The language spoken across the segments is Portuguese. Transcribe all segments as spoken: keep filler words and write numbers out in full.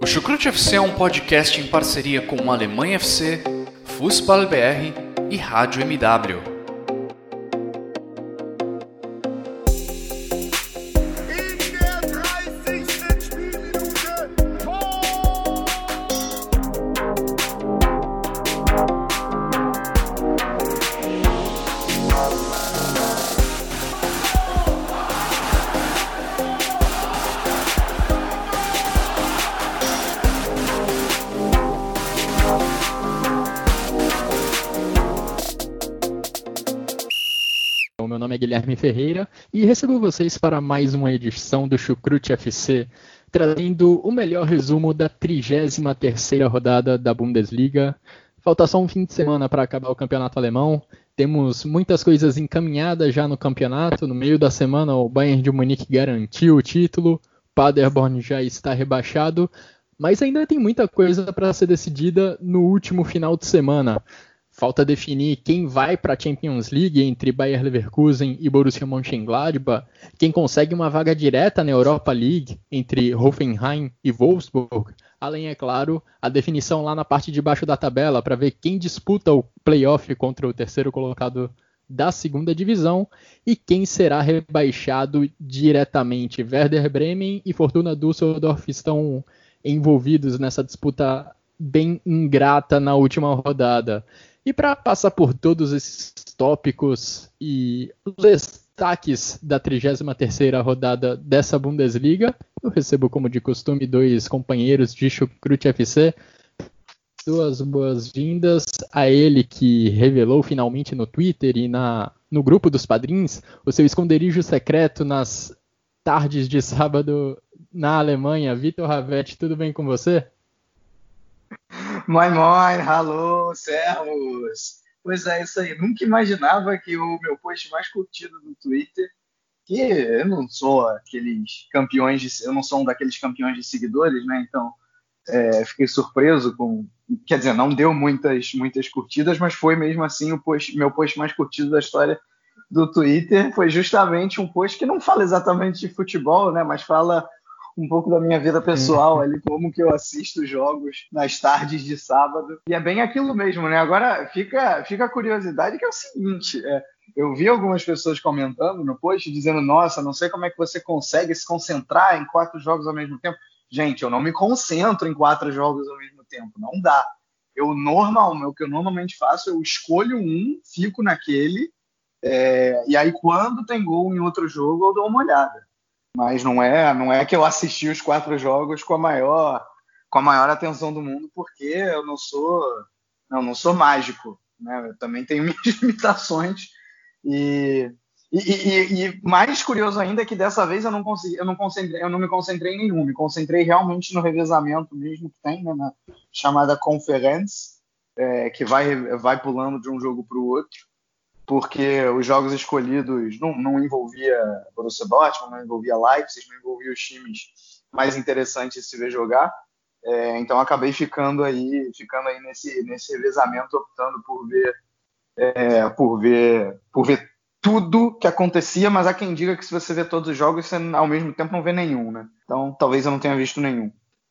O Chucrute F C é um podcast em parceria com Alemanha F C, Fußball B R e Rádio M W. Meu nome é Guilherme Ferreira e recebo vocês para mais uma edição do Chucrute F C, trazendo o melhor resumo da trigésima terceira rodada da Bundesliga. Falta só um fim de semana para acabar o campeonato alemão. Temos muitas coisas encaminhadas já no campeonato. No meio da semana, o Bayern de Munique garantiu o título, Paderborn já está rebaixado, mas ainda tem muita coisa para ser decidida no último final de semana. Falta definir quem vai para a Champions League entre Bayer Leverkusen e Borussia Mönchengladbach, quem consegue uma vaga direta na Europa League entre Hoffenheim e Wolfsburg, além, é claro, a definição lá na parte de baixo da tabela para ver quem disputa o playoff contra o terceiro colocado da segunda divisão e quem será rebaixado diretamente. Werder Bremen e Fortuna Düsseldorf estão envolvidos nessa disputa bem ingrata na última rodada. E para passar por todos esses tópicos e os destaques da trigésima terceira rodada dessa Bundesliga, eu recebo, como de costume, dois companheiros de Chucrute F C. Duas boas-vindas a ele que revelou finalmente no Twitter e na, no grupo dos padrinhos o seu esconderijo secreto nas tardes de sábado na Alemanha. Vitor Ravetti, tudo bem com você? Moin, moin, alô, servus. Pois é, isso aí. Nunca imaginava que o meu post mais curtido no Twitter, que eu não sou aqueles campeões, de, eu não sou um daqueles campeões de seguidores, né? Então, é, fiquei surpreso com, quer dizer, não deu muitas, muitas curtidas, mas foi mesmo assim o post, meu post mais curtido da história do Twitter. Foi justamente um post que não fala exatamente de futebol, né? Mas fala um pouco da minha vida pessoal ali, como que eu assisto jogos nas tardes de sábado. E é bem aquilo mesmo, né? Agora fica, fica a curiosidade, que é o seguinte, é, eu vi algumas pessoas comentando no post, dizendo, nossa, não sei como é que você consegue se concentrar em quatro jogos ao mesmo tempo. Gente, eu não me concentro em quatro jogos ao mesmo tempo, não dá. Eu normal, o que eu normalmente faço, eu escolho um, fico naquele, é, e aí quando tem gol em outro jogo, eu dou uma olhada. Mas não é, não é que eu assisti os quatro jogos com a maior, com a maior atenção do mundo, porque eu não sou, não, não sou mágico, né? Eu também tenho minhas limitações. E, e, e, e mais curioso ainda é que dessa vez eu não consegui, eu não concentrei, eu não me concentrei em nenhum, me concentrei realmente no revezamento mesmo que tem, né, na chamada Conference, é, que vai, vai pulando de um jogo para o outro, porque os jogos escolhidos não, não envolvia Borussia Dortmund, não envolvia Leipzig, não envolvia os times mais interessantes de se ver jogar. É, então acabei ficando aí, ficando aí nesse, nesse revezamento, optando por ver, é, por ver, por ver tudo que acontecia, mas há quem diga que se você vê todos os jogos, você ao mesmo tempo não vê nenhum, né? Então talvez eu não tenha visto nenhum.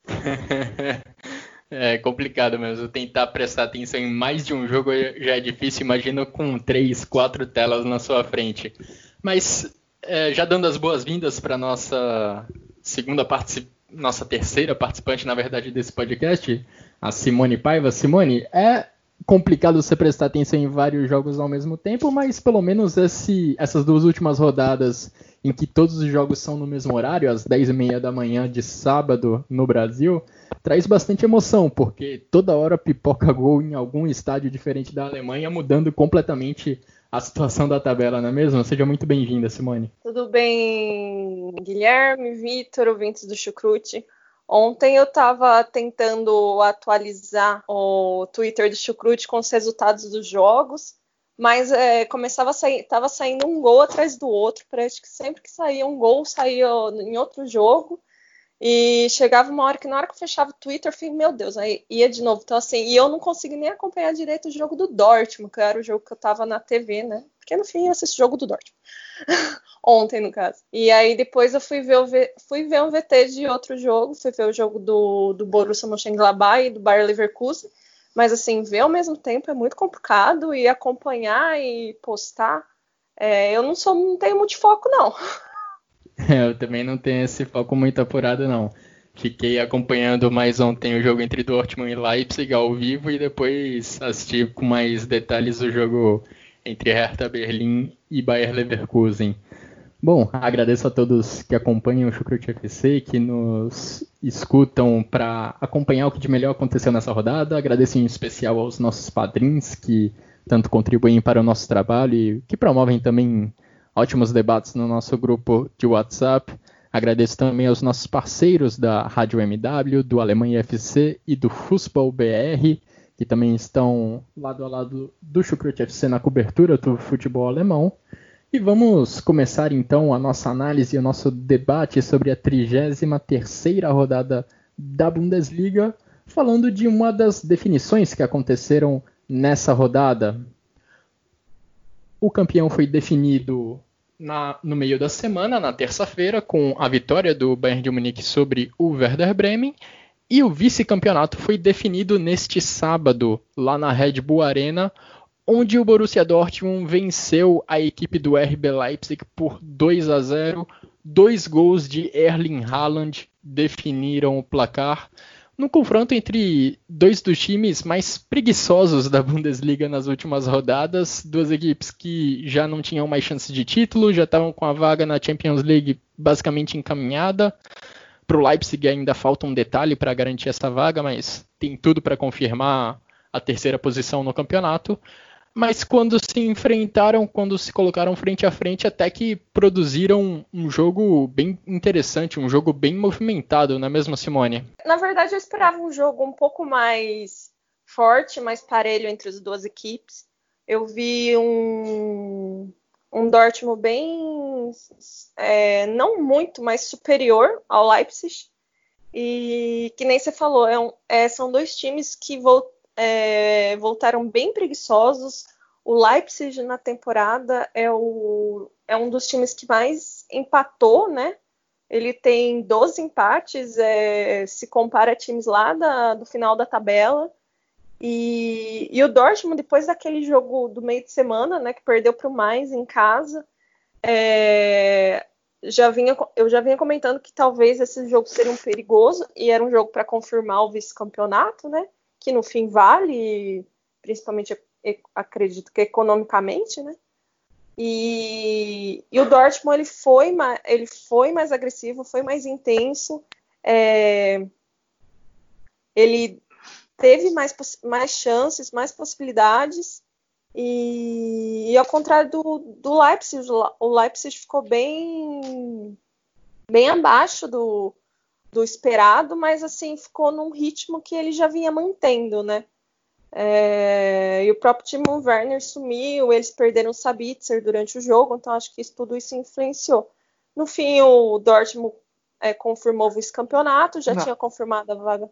É complicado mesmo, tentar prestar atenção em mais de um jogo já é difícil, imagina com três, quatro telas na sua frente. Mas é, já dando as boas-vindas para nossa segunda particip... nossa terceira participante, na verdade, desse podcast, a Simone Paiva. Simone, é complicado você prestar atenção em vários jogos ao mesmo tempo, mas pelo menos esse, essas duas últimas rodadas em que todos os jogos são no mesmo horário, às dez e meia da manhã de sábado no Brasil, traz bastante emoção, porque toda hora pipoca gol em algum estádio diferente da Alemanha, mudando completamente a situação da tabela, não é mesmo? Seja muito bem-vinda, Simone. Tudo bem, Guilherme, Vitor, ouvintes do Chucrute. Ontem eu estava tentando atualizar o Twitter do Chucrute com os resultados dos jogos, mas é, começava a sair, estava saindo um gol atrás do outro, parece que sempre que saía um gol, saía em outro jogo. E chegava uma hora que na hora que eu fechava o Twitter, eu falei, meu Deus, aí ia de novo. Então, assim, e eu não consegui nem acompanhar direito o jogo do Dortmund, que era o jogo que eu tava na T V, né? Porque no fim eu assisti o jogo do Dortmund. Ontem, no caso. E aí depois eu fui ver, o v... fui ver um V T de outro jogo, fui ver o jogo do, do Borussia Mönchengladbach e do Bayer Leverkusen. Mas, assim, ver ao mesmo tempo é muito complicado e acompanhar e postar. É, eu não sou, não tenho muito foco, não. Eu também não tenho esse foco muito apurado, não. Fiquei acompanhando mais ontem o jogo entre Dortmund e Leipzig ao vivo e depois assisti com mais detalhes o jogo entre Hertha Berlim e Bayer Leverkusen. Bom, agradeço a todos que acompanham o Chucrute F C, que nos escutam para acompanhar o que de melhor aconteceu nessa rodada. Agradeço em especial aos nossos padrinhos que tanto contribuem para o nosso trabalho e que promovem também ótimos debates no nosso grupo de WhatsApp. Agradeço também aos nossos parceiros da Rádio M W, do Alemanha F C e do Fußball B R, que também estão lado a lado do Chucrute F C na cobertura do futebol alemão. E vamos começar então a nossa análise e o nosso debate sobre a trigésima terceira rodada da Bundesliga, falando de uma das definições que aconteceram nessa rodada. O campeão foi definido na, no meio da semana, na terça-feira, com a vitória do Bayern de Munique sobre o Werder Bremen, e o vice-campeonato foi definido neste sábado, lá na Red Bull Arena, onde o Borussia Dortmund venceu a equipe do R B Leipzig por dois a zero. Dois gols de Erling Haaland definiram o placar, no confronto entre dois dos times mais preguiçosos da Bundesliga nas últimas rodadas, duas equipes que já não tinham mais chance de título, já estavam com a vaga na Champions League basicamente encaminhada. Para o Leipzig ainda falta um detalhe para garantir essa vaga, mas tem tudo para confirmar a terceira posição no campeonato. Mas quando se enfrentaram, quando se colocaram frente a frente, até que produziram um jogo bem interessante, um jogo bem movimentado, não é mesmo, Simone? Na verdade, eu esperava um jogo um pouco mais forte, mais parelho entre as duas equipes. Eu vi um, um Dortmund bem, é, não muito, mas superior ao Leipzig. E que nem você falou, é um, é, são dois times que voltaram. É, voltaram bem preguiçosos. O Leipzig na temporada é, o, é um dos times que mais empatou, né? Ele tem doze empates, é, se compara a times lá da, do final da tabela. E, e o Dortmund, depois daquele jogo do meio de semana, né, que perdeu para o Mainz em casa, é, já vinha, eu já vinha comentando que talvez esse jogo seria um perigoso, e era um jogo para confirmar o vice-campeonato, né? Que no fim vale, principalmente acredito que economicamente, né? E, e o Dortmund ele foi, ele foi mais agressivo, foi mais intenso, é, ele teve mais, mais chances, mais possibilidades, e, e ao contrário do, do Leipzig, o Leipzig ficou bem, bem abaixo do do esperado, mas assim, ficou num ritmo que ele já vinha mantendo, né? É, e o próprio Timo Werner sumiu, eles perderam o Sabitzer durante o jogo, então acho que isso, tudo isso influenciou. No fim, o Dortmund é, confirmou o vice-campeonato, já Não. tinha confirmado a vaga,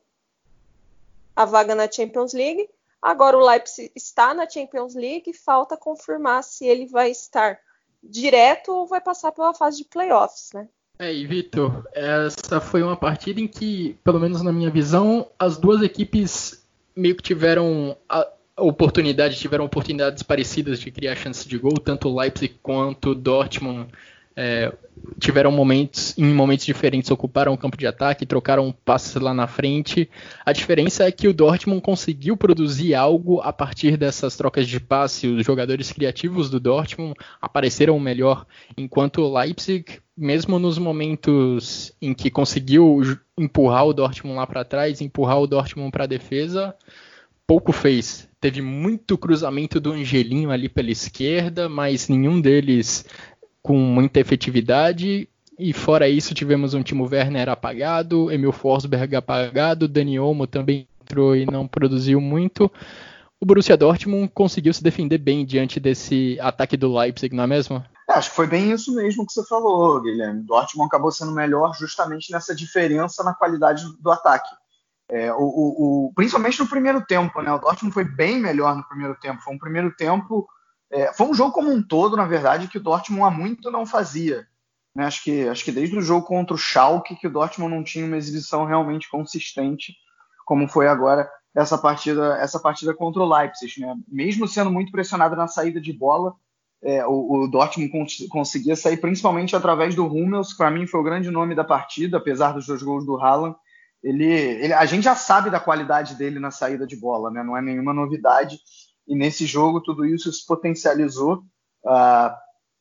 a vaga na Champions League. Agora o Leipzig está na Champions League, falta confirmar se ele vai estar direto ou vai passar pela fase de playoffs, né? É, e Vitor, essa foi uma partida em que, pelo menos na minha visão, as duas equipes meio que tiveram a oportunidade, tiveram oportunidades parecidas de criar chances de gol, tanto o Leipzig quanto o Dortmund é, tiveram momentos, em momentos diferentes, ocuparam o campo de ataque, trocaram passes lá na frente. A diferença é que o Dortmund conseguiu produzir algo a partir dessas trocas de passe. Os jogadores criativos do Dortmund apareceram melhor, enquanto o Leipzig, mesmo nos momentos em que conseguiu empurrar o Dortmund lá para trás, empurrar o Dortmund para a defesa, pouco fez. Teve muito cruzamento do Angelinho ali pela esquerda, mas nenhum deles com muita efetividade. E fora isso, tivemos um Timo Werner apagado, Emil Forsberg apagado, Dani Olmo também entrou e não produziu muito. O Borussia Dortmund conseguiu se defender bem diante desse ataque do Leipzig, não é mesmo? É, acho que foi bem isso mesmo que você falou, Guilherme. O Dortmund acabou sendo melhor justamente nessa diferença na qualidade do ataque. É, o, o, o, principalmente no primeiro tempo, né? O Dortmund foi bem melhor no primeiro tempo. Foi um primeiro tempo... É, foi um jogo como um todo, na verdade, que o Dortmund há muito não fazia. Né? Acho que, acho que desde o jogo contra o Schalke que o Dortmund não tinha uma exibição realmente consistente, como foi agora essa partida, essa partida contra o Leipzig. Né? Mesmo sendo muito pressionado na saída de bola, é, o, o Dortmund cons- conseguia sair principalmente através do Hummels, que para mim foi o grande nome da partida, apesar dos dois gols do Haaland. Ele, ele, a gente já sabe da qualidade dele na saída de bola, né? Não é nenhuma novidade. E nesse jogo tudo isso se potencializou. Uh,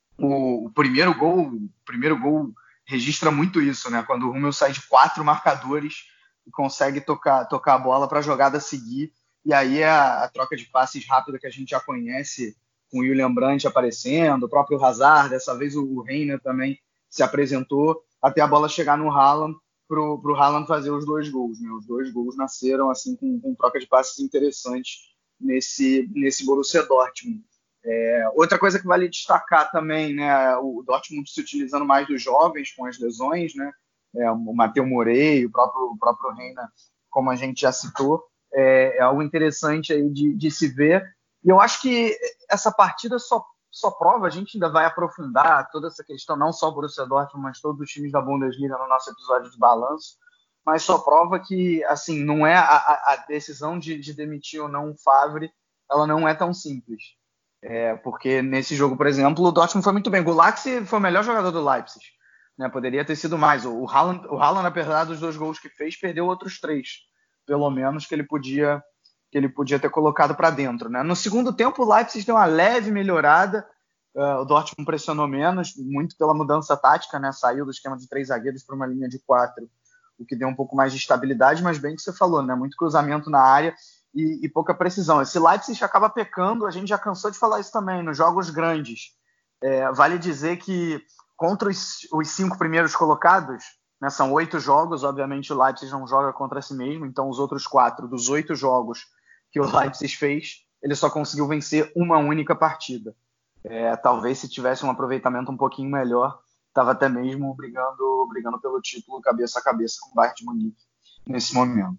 o, o primeiro gol, o primeiro gol registra muito isso, né? Quando o Hummels sai de quatro marcadores e consegue tocar, tocar a bola para a jogada seguir. E aí é a, a troca de passes rápida que a gente já conhece, com o Julian Brandt aparecendo, o próprio Hazard, dessa vez o, o Reina também se apresentou, até a bola chegar no Haaland, para o Haaland fazer os dois gols. Né? Os dois gols nasceram assim com, com troca de passes interessantes nesse, nesse Borussia Dortmund. É, outra coisa que vale destacar também, né, o Dortmund se utilizando mais dos jovens com as lesões, né, é, o Matteo Morey, o próprio, o próprio Reina, como a gente já citou, é, é algo interessante aí de, de se ver. E eu acho que essa partida só, só prova, a gente ainda vai aprofundar toda essa questão, não só o Borussia Dortmund, mas todos os times da Bundesliga no nosso episódio de balanço, mas só prova que, assim, não é a, a decisão de, de demitir ou não o Favre, ela não é tão simples. É, porque nesse jogo, por exemplo, o Dortmund foi muito bem. O Gulaxi foi o melhor jogador do Leipzig. Né? Poderia ter sido mais. O Haaland, o Haaland, apesar dos dois gols que fez, perdeu outros três, pelo menos, que ele podia, que ele podia ter colocado para dentro. Né? No segundo tempo, o Leipzig deu uma leve melhorada. Uh, o Dortmund pressionou menos, muito pela mudança tática, né? Saiu do esquema de três zagueiros para uma linha de quatro, o que deu um pouco mais de estabilidade, mas bem que você falou, né? Muito cruzamento na área e, e pouca precisão. Esse Leipzig acaba pecando, a gente já cansou de falar isso também, nos jogos grandes. É, vale dizer que contra os, os cinco primeiros colocados, né, são oito jogos, obviamente o Leipzig não joga contra si mesmo, então os outros quatro dos oito jogos que o Leipzig fez, ele só conseguiu vencer uma única partida. É, talvez se tivesse um aproveitamento um pouquinho melhor, estava até mesmo brigando, brigando pelo título cabeça a cabeça com o Bayern de Munique nesse momento.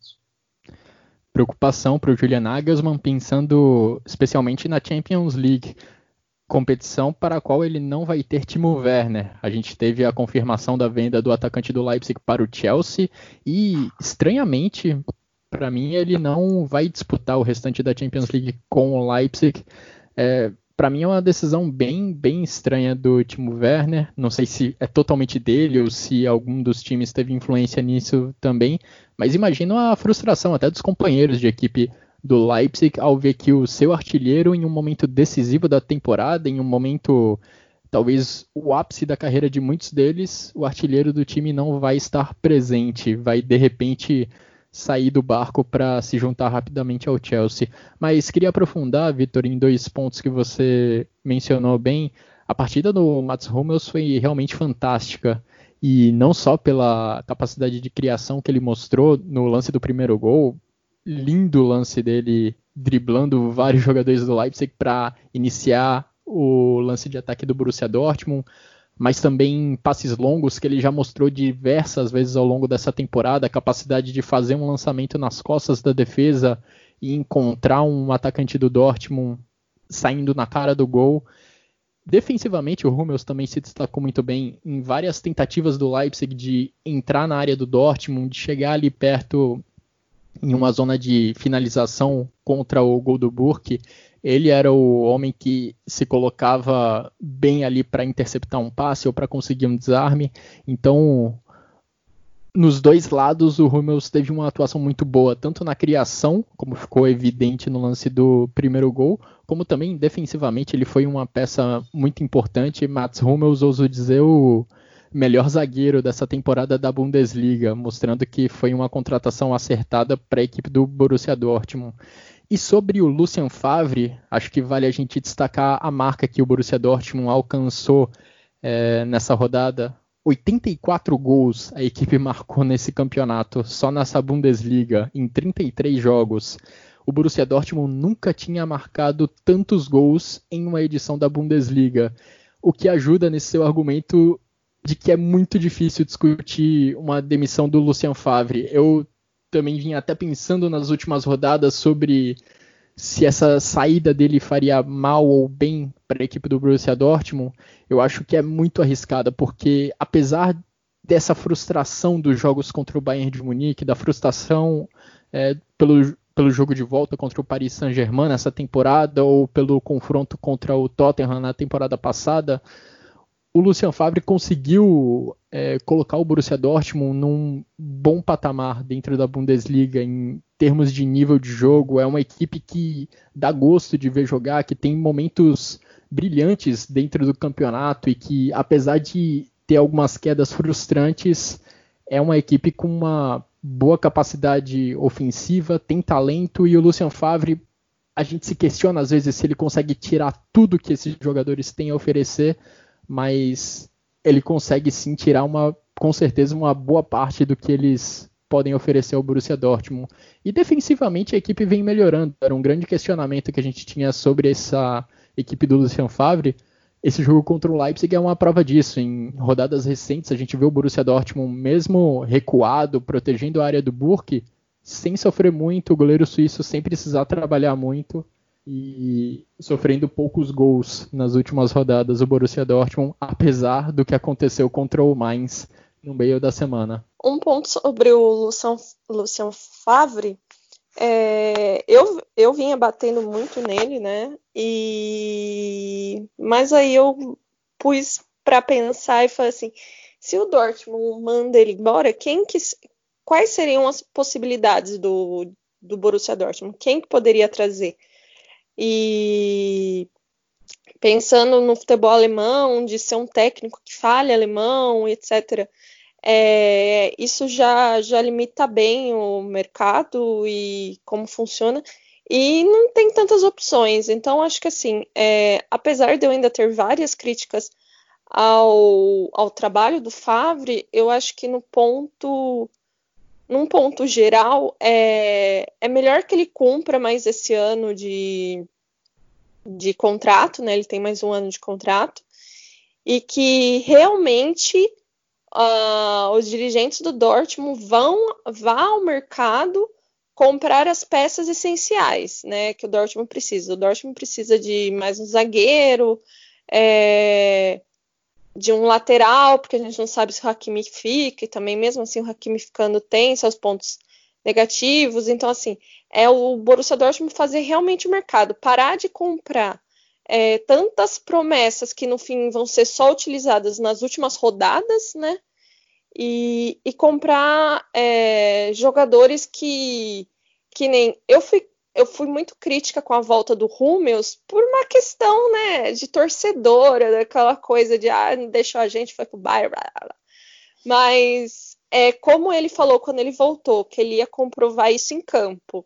Preocupação para o Julian Nagelsmann, pensando especialmente na Champions League, competição para a qual ele não vai ter Timo Werner. A gente teve a confirmação da venda do atacante do Leipzig para o Chelsea e, estranhamente, para mim, ele não vai disputar o restante da Champions League com o Leipzig. É, para mim é uma decisão bem, bem estranha do Timo Werner. Não sei se é totalmente dele ou se algum dos times teve influência nisso também, mas imagino a frustração até dos companheiros de equipe do Leipzig ao ver que o seu artilheiro, em um momento decisivo da temporada, em um momento, talvez o ápice da carreira de muitos deles, o artilheiro do time não vai estar presente, vai de repente sair do barco para se juntar rapidamente ao Chelsea. Mas queria aprofundar, Vitor, em dois pontos que você mencionou bem. A partida do Mats Hummels foi realmente fantástica, e não só pela capacidade de criação que ele mostrou no lance do primeiro gol, lindo lance dele driblando vários jogadores do Leipzig para iniciar o lance de ataque do Borussia Dortmund, mas também passes longos que ele já mostrou diversas vezes ao longo dessa temporada, a capacidade de fazer um lançamento nas costas da defesa e encontrar um atacante do Dortmund saindo na cara do gol. Defensivamente, o Hummels também se destacou muito bem em várias tentativas do Leipzig de entrar na área do Dortmund, de chegar ali perto em uma zona de finalização contra o gol do Burke. Ele era o homem que se colocava bem ali para interceptar um passe ou para conseguir um desarme. Então, nos dois lados, o Hummels teve uma atuação muito boa, tanto na criação, como ficou evidente no lance do primeiro gol, como também defensivamente. Ele foi uma peça muito importante. Mats Hummels, ouso dizer, o melhor zagueiro dessa temporada da Bundesliga, mostrando que foi uma contratação acertada para a equipe do Borussia Dortmund. E sobre o Lucien Favre, acho que vale a gente destacar a marca que o Borussia Dortmund alcançou é, nessa rodada. oitenta e quatro gols a equipe marcou nesse campeonato, só nessa Bundesliga, em trinta e três jogos. O Borussia Dortmund nunca tinha marcado tantos gols em uma edição da Bundesliga. o que ajuda nesse seu argumento de que é muito difícil discutir uma demissão do Lucien Favre. Eu também vim até pensando nas últimas rodadas sobre se essa saída dele faria mal ou bem para a equipe do Borussia Dortmund. Eu acho que é muito arriscada, porque apesar dessa frustração dos jogos contra o Bayern de Munique, da frustração é, pelo, pelo jogo de volta contra o Paris Saint-Germain nessa temporada, ou pelo confronto contra o Tottenham na temporada passada, o Lucien Favre conseguiu é, colocar o Borussia Dortmund num bom patamar dentro da Bundesliga em termos de nível de jogo. É uma equipe que dá gosto de ver jogar, que tem momentos brilhantes dentro do campeonato e que, apesar de ter algumas quedas frustrantes, é uma equipe com uma boa capacidade ofensiva, tem talento, e o Lucien Favre, a gente se questiona às vezes se ele consegue tirar tudo que esses jogadores têm a oferecer, mas ele consegue sim tirar uma, com certeza uma boa parte do que eles podem oferecer ao Borussia Dortmund. E defensivamente a equipe vem melhorando. Era um grande questionamento que a gente tinha sobre essa equipe do Lucien Favre. Esse jogo contra o Leipzig é uma prova disso. Em rodadas recentes a gente vê o Borussia Dortmund mesmo recuado, protegendo a área do Burke, sem sofrer muito, o goleiro suíço sem precisar trabalhar muito, e sofrendo poucos gols nas últimas rodadas, o Borussia Dortmund, apesar do que aconteceu contra o Mainz no meio da semana. Um ponto sobre o Lucien, Lucien Favre, é, eu, eu vinha batendo muito nele, né? E, mas aí eu pus para pensar e falei assim, se o Dortmund manda ele embora, quem que, quais seriam as possibilidades do, do Borussia Dortmund? Quem que poderia trazer? E pensando no futebol alemão, de ser um técnico que fale alemão, etcétera, é, isso já, já limita bem o mercado e como funciona, e não tem tantas opções. Então acho que assim, é, apesar de eu ainda ter várias críticas ao, ao trabalho do Favre, eu acho que no ponto num ponto geral, é, é melhor que ele cumpra mais esse ano de, de contrato, né? Ele tem mais um ano de contrato, e que realmente uh, os dirigentes do Dortmund vão vá ao mercado comprar as peças essenciais, né? Que o Dortmund precisa. O Dortmund precisa de mais um zagueiro, é, de um lateral, porque a gente não sabe se o Hakimi fica, e também mesmo assim o Hakimi ficando tem seus pontos negativos. Então assim, é o Borussia Dortmund fazer realmente o mercado, parar de comprar é, tantas promessas que no fim vão ser só utilizadas nas últimas rodadas, né, e, e comprar é, jogadores que, que nem, eu fui Eu fui muito crítica com a volta do Hummels por uma questão, né, de torcedora, daquela coisa de, ah, não deixou a gente, foi pro Bayern, blá, blá, blá. Mas é, como ele falou quando ele voltou, que ele ia comprovar isso em campo,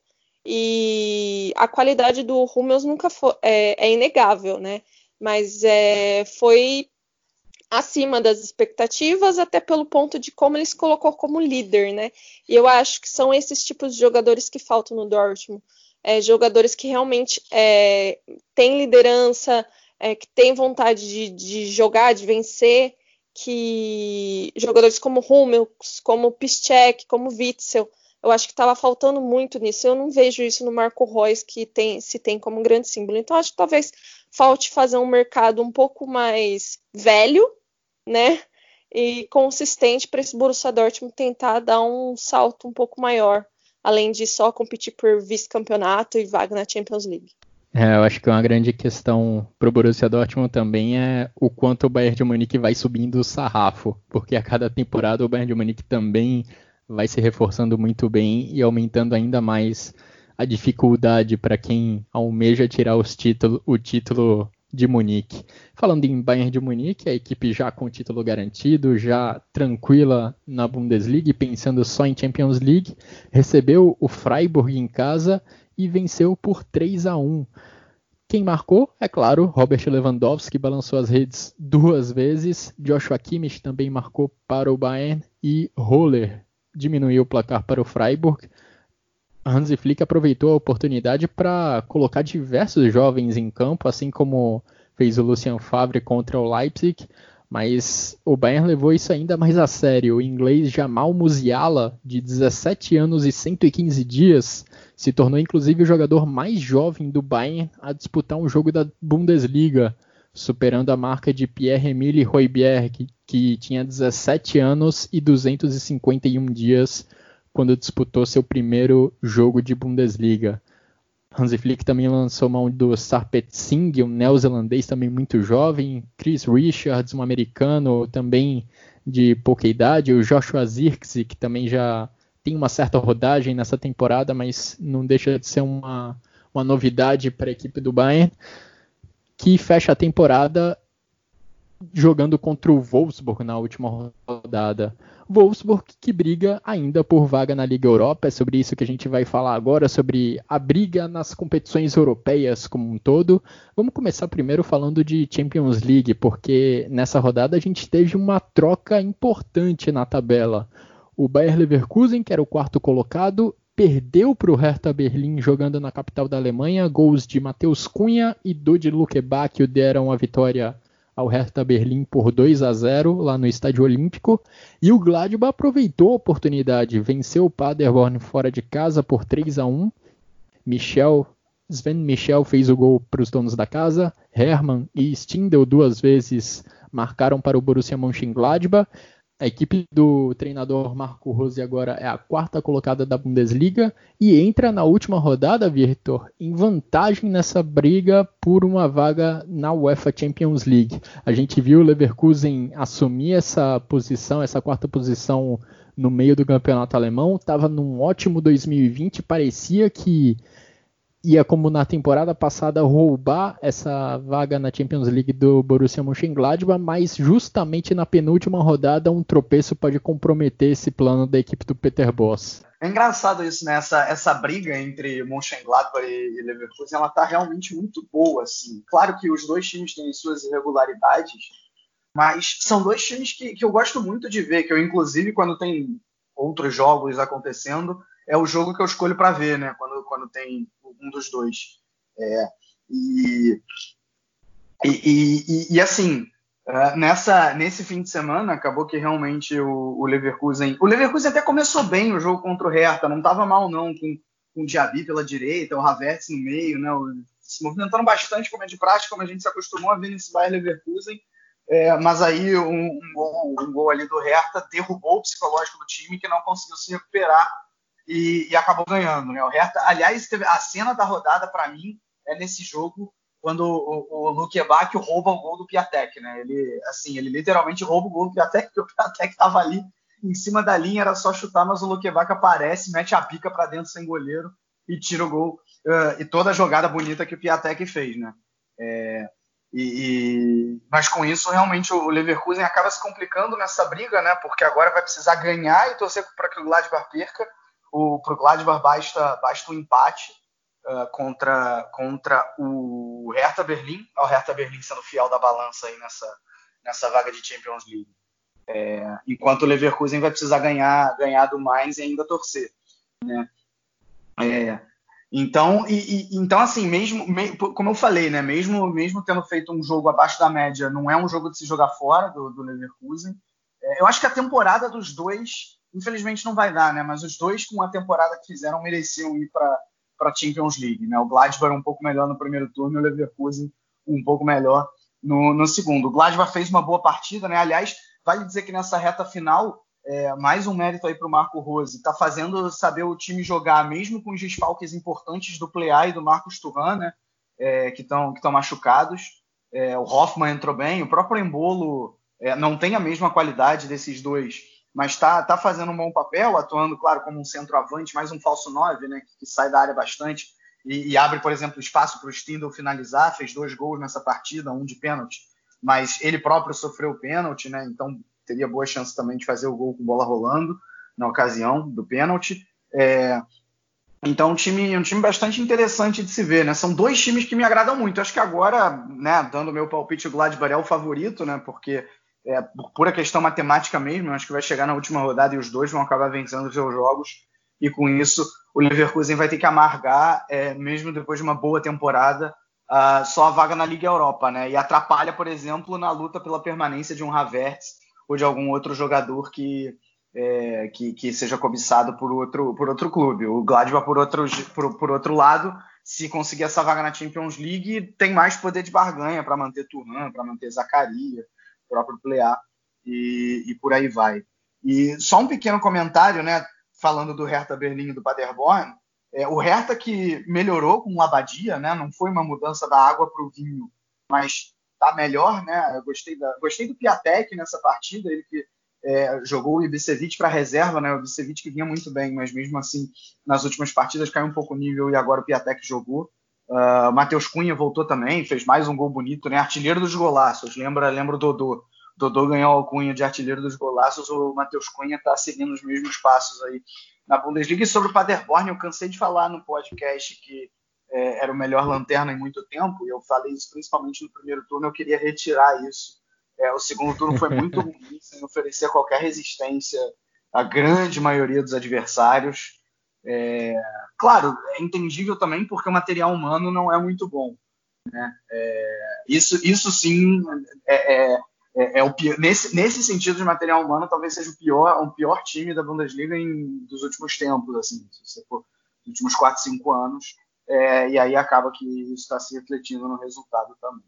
e a qualidade do Hummels nunca foi, é, é inegável, né, mas é, foi acima das expectativas, até pelo ponto de como ele se colocou como líder, né, e eu acho que são esses tipos de jogadores que faltam no Dortmund. É, jogadores que realmente é, têm liderança, é, que têm vontade de, de jogar, de vencer, que jogadores como Hummels, como Piszczek, como Witzel, eu acho que estava faltando muito nisso. Eu não vejo isso no Marco Reus, que tem, se tem como um grande símbolo. Então acho que talvez falte fazer um mercado um pouco mais velho, né, e consistente para esse Borussia Dortmund tentar dar um salto um pouco maior, além de só competir por vice-campeonato e vaga na Champions League. É, eu acho que uma grande questão para o Borussia Dortmund também é o quanto o Bayern de Munique vai subindo o sarrafo, porque a cada temporada o Bayern de Munique também vai se reforçando muito bem e aumentando ainda mais a dificuldade para quem almeja tirar os título, o título de Munique. Falando em Bayern de Munique, a equipe já com o título garantido, já tranquila na Bundesliga e pensando só em Champions League, recebeu o Freiburg em casa e venceu por três a um. Quem marcou? É claro, Robert Lewandowski balançou as redes duas vezes, Joshua Kimmich também marcou para o Bayern e Roller diminuiu o placar para o Freiburg. Hansi Flick aproveitou a oportunidade para colocar diversos jovens em campo, assim como fez o Lucien Favre contra o Leipzig, mas o Bayern levou isso ainda mais a sério. O inglês Jamal Musiala, de dezessete anos e cento e quinze dias, se tornou inclusive o jogador mais jovem do Bayern a disputar um jogo da Bundesliga, superando a marca de Pierre-Emile Højbjerg, que, que tinha dezessete anos e duzentos e cinquenta e um dias quando disputou seu primeiro jogo de Bundesliga. Hansi Flick também lançou mão do Sarpet Singh, um neozelandês também muito jovem, Chris Richards, um americano também de pouca idade, o Joshua Zirkzee, que também já tem uma certa rodagem nessa temporada, mas não deixa de ser uma, uma novidade para a equipe do Bayern, que fecha a temporada jogando contra o Wolfsburg na última rodada. Wolfsburg que briga ainda por vaga na Liga Europa, é sobre isso que a gente vai falar agora, sobre a briga nas competições europeias como um todo. Vamos começar primeiro falando de Champions League, porque nessa rodada a gente teve uma troca importante na tabela. O Bayer Leverkusen, que era o quarto colocado, perdeu para o Hertha Berlim jogando na capital da Alemanha. Gols de Matheus Cunha e Dodi Lukebakio deram a vitória ao Hertha Berlim por dois a zero lá no Estádio Olímpico. E o Gladbach aproveitou a oportunidade, venceu o Paderborn fora de casa por três a um. Michel, Sven Michel fez o gol para os donos da casa. Hermann e Stindl duas vezes marcaram para o Borussia Mönchengladbach. A equipe do treinador Marco Rose agora é a quarta colocada da Bundesliga e entra na última rodada, Victor, em vantagem nessa briga por uma vaga na UEFA Champions League. A gente viu o Leverkusen assumir essa posição, essa quarta posição no meio do campeonato alemão, estava num ótimo dois mil e vinte, parecia que ia, como na temporada passada, roubar essa vaga na Champions League do Borussia Mönchengladbach, mas justamente na penúltima rodada um tropeço pode comprometer esse plano da equipe do Peter Bosz. É engraçado isso, né? Essa, essa briga entre Mönchengladbach e Leverkusen, ela tá realmente muito boa, assim. Claro que os dois times têm suas irregularidades, mas são dois times que, que eu gosto muito de ver, que eu, inclusive, quando tem outros jogos acontecendo, é o jogo que eu escolho para ver, né? Quando, quando tem um dos dois. É, e, e, e, e assim, nessa, nesse fim de semana, acabou que realmente o, o Leverkusen... O Leverkusen até começou bem o jogo contra o Hertha, não estava mal não, com, com o Diaby pela direita, o Havertz no meio, né? Se movimentando bastante, como é de prática, como a gente se acostumou a ver nesse Bayer Leverkusen. É, mas aí um, um, gol, um gol ali do Hertha derrubou o psicológico do time, que não conseguiu se recuperar e, e acabou ganhando, né? O Hertha, aliás, teve a cena da rodada para mim é nesse jogo quando o, o, o Lukebakio rouba o gol do Piatek, né? Ele, assim, ele literalmente rouba o gol do Piatek, porque o Piatek estava ali em cima da linha, era só chutar, mas o Lukebakio aparece, mete a pica para dentro sem goleiro e tira o gol. Uh, e toda a jogada bonita que o Piatek fez, né? É, e, e, mas com isso, realmente, o Leverkusen acaba se complicando nessa briga, né? Porque agora vai precisar ganhar e torcer para que o Gladbach perca. Para o Gladbach basta, basta um empate uh, contra, contra o Hertha Berlim, o Hertha Berlim sendo fiel da balança aí nessa, nessa vaga de Champions League. É, enquanto o Leverkusen vai precisar ganhar, ganhar do Mainz e ainda torcer, né? É, então, e, e, então, assim, mesmo, me, como eu falei, né, mesmo, mesmo tendo feito um jogo abaixo da média, não é um jogo de se jogar fora do, do Leverkusen. É, eu acho que a temporada dos dois, infelizmente, não vai dar, né? Mas os dois, com a temporada que fizeram, mereciam ir para a Champions League, né? O Gladbach um pouco melhor no primeiro turno e o Leverkusen um pouco melhor no, no segundo. O Gladbach fez uma boa partida, né? Aliás, vale dizer que nessa reta final, é, mais um mérito aí para o Marco Rose, está fazendo saber o time jogar, mesmo com os desfalques importantes do Plea e do Marcos Thuram, né? É, que estão que estão machucados. É, o Hoffmann entrou bem, o próprio Embolo é, não tem a mesma qualidade desses dois, mas está tá fazendo um bom papel, atuando, claro, como um centroavante, mais um falso nove, né, que, que sai da área bastante e, e abre, por exemplo, espaço para o Stindl finalizar, fez dois gols nessa partida, um de pênalti, mas ele próprio sofreu o pênalti, né, então teria boa chance também de fazer o gol com bola rolando na ocasião do pênalti. É, então, um time, um time bastante interessante de se ver, né, são dois times que me agradam muito. Acho que agora, né, dando o meu palpite, o Gladbach é o favorito, né, porque É, por pura questão matemática mesmo, acho que vai chegar na última rodada e os dois vão acabar vencendo os seus jogos, e com isso o Leverkusen vai ter que amargar, é, mesmo depois de uma boa temporada, uh, só a vaga na Liga Europa, né? E atrapalha, por exemplo, na luta pela permanência de um Havertz ou de algum outro jogador que, é, que, que seja cobiçado por outro, por outro clube. O Gladbach, por outro, por, por outro lado, se conseguir essa vaga na Champions League, tem mais poder de barganha para manter Thuram, para manter Zakaria, o próprio Plea, e, e por aí vai. E só um pequeno comentário, né, falando do Hertha Berlim e do Paderborn, é, o Hertha que melhorou com o Labadia, né, não foi uma mudança da água para o vinho, mas está melhor, né, eu gostei, da, gostei do Piatek nessa partida, ele que é, jogou o Ibisevic para reserva, né, o Ibisevic que vinha muito bem, mas mesmo assim, nas últimas partidas caiu um pouco o nível e agora o Piatek jogou. Uh, Matheus Cunha voltou também, fez mais um gol bonito, né, artilheiro dos golaços, lembra, lembra o Dodô. Dodô ganhou a alcunha de artilheiro dos golaços, o Matheus Cunha está seguindo os mesmos passos aí na Bundesliga. E sobre o Paderborn, eu cansei de falar no podcast que é, era o melhor lanterna em muito tempo, e eu falei isso principalmente no primeiro turno, eu queria retirar isso. É, o segundo turno foi muito ruim, sem oferecer qualquer resistência à grande maioria dos adversários. É, claro, é entendível também porque o material humano não é muito bom, né? É, isso, isso sim é... é É, é o pior, nesse, nesse sentido de material humano, talvez seja o pior, o pior time da Bundesliga em, dos últimos tempos, assim, se você for nos últimos quatro, cinco anos, é, e aí acaba que isso está se refletindo no resultado também.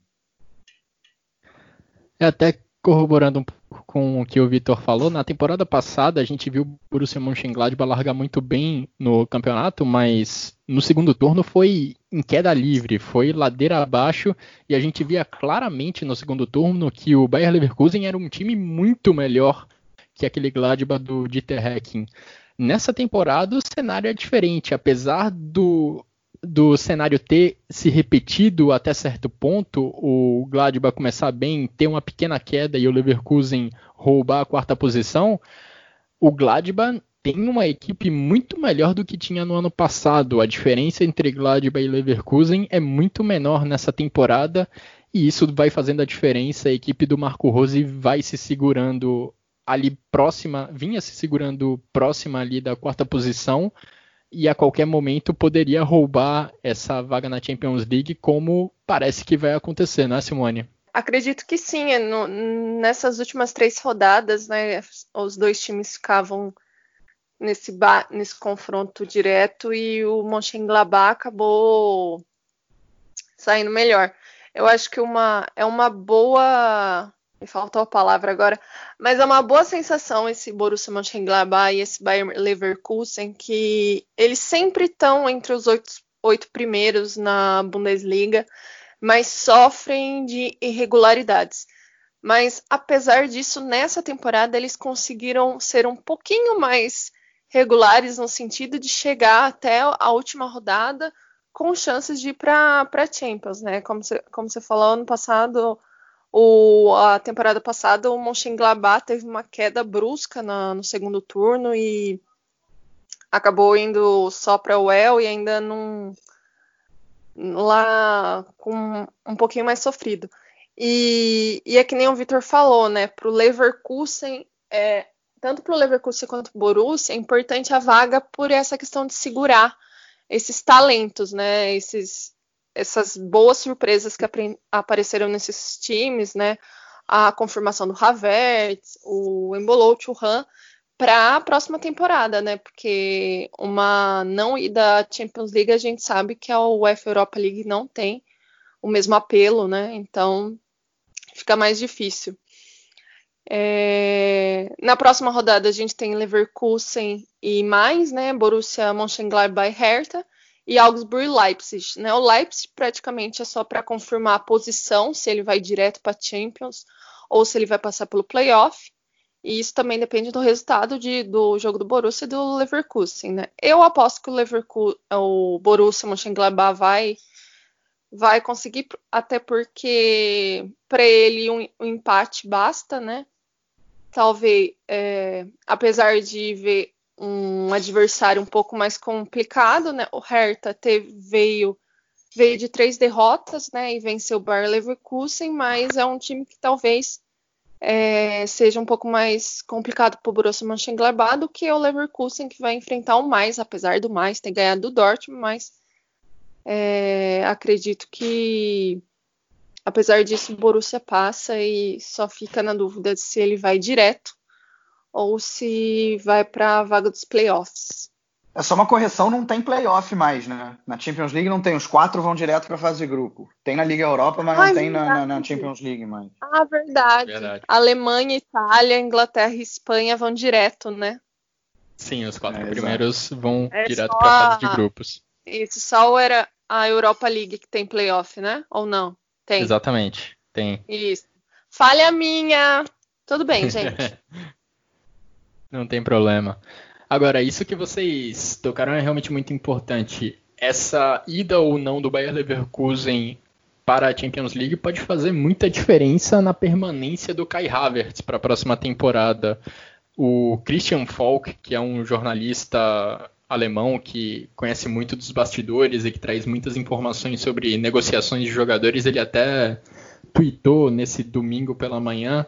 É, até corroborando um pouco com o que o Vitor falou, na temporada passada a gente viu o Borussia Mönchengladbach largar muito bem no campeonato, mas no segundo turno foi em queda livre, foi ladeira abaixo, e a gente via claramente no segundo turno que o Bayer Leverkusen era um time muito melhor que aquele Gladbach do Dieter Hecking. Nessa temporada o cenário é diferente, apesar do do cenário ter se repetido até certo ponto, o Gladbach começar bem, ter uma pequena queda e o Leverkusen roubar a quarta posição, o Gladbach tem uma equipe muito melhor do que tinha no ano passado. A diferença entre Gladbach e Leverkusen é muito menor nessa temporada e isso vai fazendo a diferença. A equipe do Marco Rose vai se segurando ali próxima, vinha se segurando próxima ali da quarta posição, e a qualquer momento poderia roubar essa vaga na Champions League, como parece que vai acontecer, né, Simone? Acredito que sim. No, nessas últimas três rodadas, né, os dois times ficavam nesse, ba- nesse confronto direto e o Mönchengladbach acabou saindo melhor. Eu acho que uma, é uma boa... Me faltou a palavra agora, mas é uma boa sensação esse Borussia Mönchengladbach e esse Bayer Leverkusen, que eles sempre estão entre os oito, oito primeiros na Bundesliga, mas sofrem de irregularidades. Mas, apesar disso, nessa temporada eles conseguiram ser um pouquinho mais regulares no sentido de chegar até a última rodada com chances de ir para a Champions, né? Como você, como você falou, ano passado... O, a temporada passada o Mönchengladbach teve uma queda brusca na, no segundo turno e acabou indo só para o El e ainda não, lá com um pouquinho mais sofrido. E, e é que nem o Vitor falou, né? Para o Leverkusen, é, tanto para o Leverkusen quanto para o Borussia, é importante a vaga por essa questão de segurar esses talentos, né? Esses essas boas surpresas que apareceram nesses times, né? A confirmação do Havertz, o Embolo, o Thuram, para a próxima temporada, né? Porque uma não ida à Champions League, a gente sabe que a UEFA Europa League não tem o mesmo apelo, né? Então fica mais difícil. É... Na próxima rodada a gente tem Leverkusen e mais, né? Borussia Mönchengladbach e Hertha. E Augsburg e Leipzig, né? O Leipzig praticamente é só para confirmar a posição, se ele vai direto para a Champions ou se ele vai passar pelo playoff. E isso também depende do resultado de, do jogo do Borussia e do Leverkusen, né? Eu aposto que o, Leverkusen, o Borussia Mönchengladbach vai, vai conseguir, até porque para ele um, um empate basta, né? Talvez, é, apesar de ver um adversário um pouco mais complicado, né? O Hertha teve, veio, veio de três derrotas, né? E venceu o Bayer Leverkusen, mas é um time que talvez é, seja um pouco mais complicado para o Borussia Mönchengladbach do que o Leverkusen, que vai enfrentar o mais, apesar do mais ter ganhado do Dortmund, mas É, acredito que, apesar disso, o Borussia passa e só fica na dúvida de se ele vai direto ou se vai para a vaga dos playoffs. É só uma correção, não tem playoff mais, né? Na Champions League não tem, os quatro vão direto para a fase de grupo. Tem na Liga Europa, mas Ai, não tem na, na, na Champions League mais. Ah, verdade. Verdade. Alemanha, Itália, Inglaterra e Espanha vão direto, né? Sim, os quatro É, primeiros vão É direto só para a fase de a- grupos. Isso só era a Europa League que tem playoff, né? Ou não? Tem. Exatamente, tem. Isso. Falha minha. Tudo bem, gente. Não tem problema. Agora, isso que vocês tocaram é realmente muito importante. Essa ida ou não do Bayer Leverkusen para a Champions League pode fazer muita diferença na permanência do Kai Havertz para a próxima temporada. O Christian Falk, que é um jornalista alemão que conhece muito dos bastidores e que traz muitas informações sobre negociações de jogadores, ele até tweetou nesse domingo pela manhã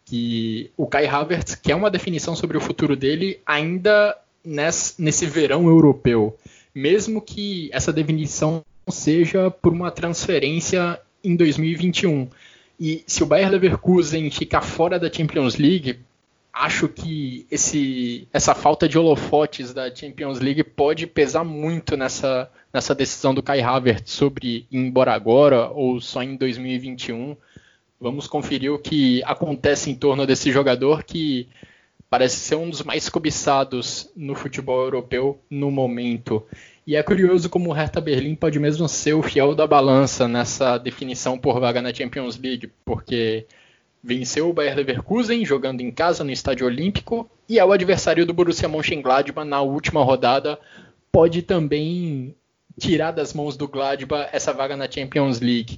que o Kai Havertz quer uma definição sobre o futuro dele ainda nesse, nesse verão europeu, mesmo que essa definição seja por uma transferência em dois mil e vinte e um. E se o Bayer Leverkusen ficar fora da Champions League, acho que esse, essa falta de holofotes da Champions League pode pesar muito nessa, nessa decisão do Kai Havertz sobre ir embora agora ou só em dois mil e vinte e um. Vamos conferir o que acontece em torno desse jogador que parece ser um dos mais cobiçados no futebol europeu no momento. E é curioso como o Hertha Berlim pode mesmo ser o fiel da balança nessa definição por vaga na Champions League, porque venceu o Bayer Leverkusen jogando em casa no Estádio Olímpico e é o adversário do Borussia Mönchengladbach na última rodada, pode também tirar das mãos do Gladbach essa vaga na Champions League.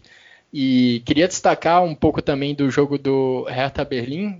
E queria destacar um pouco também do jogo do Hertha Berlim,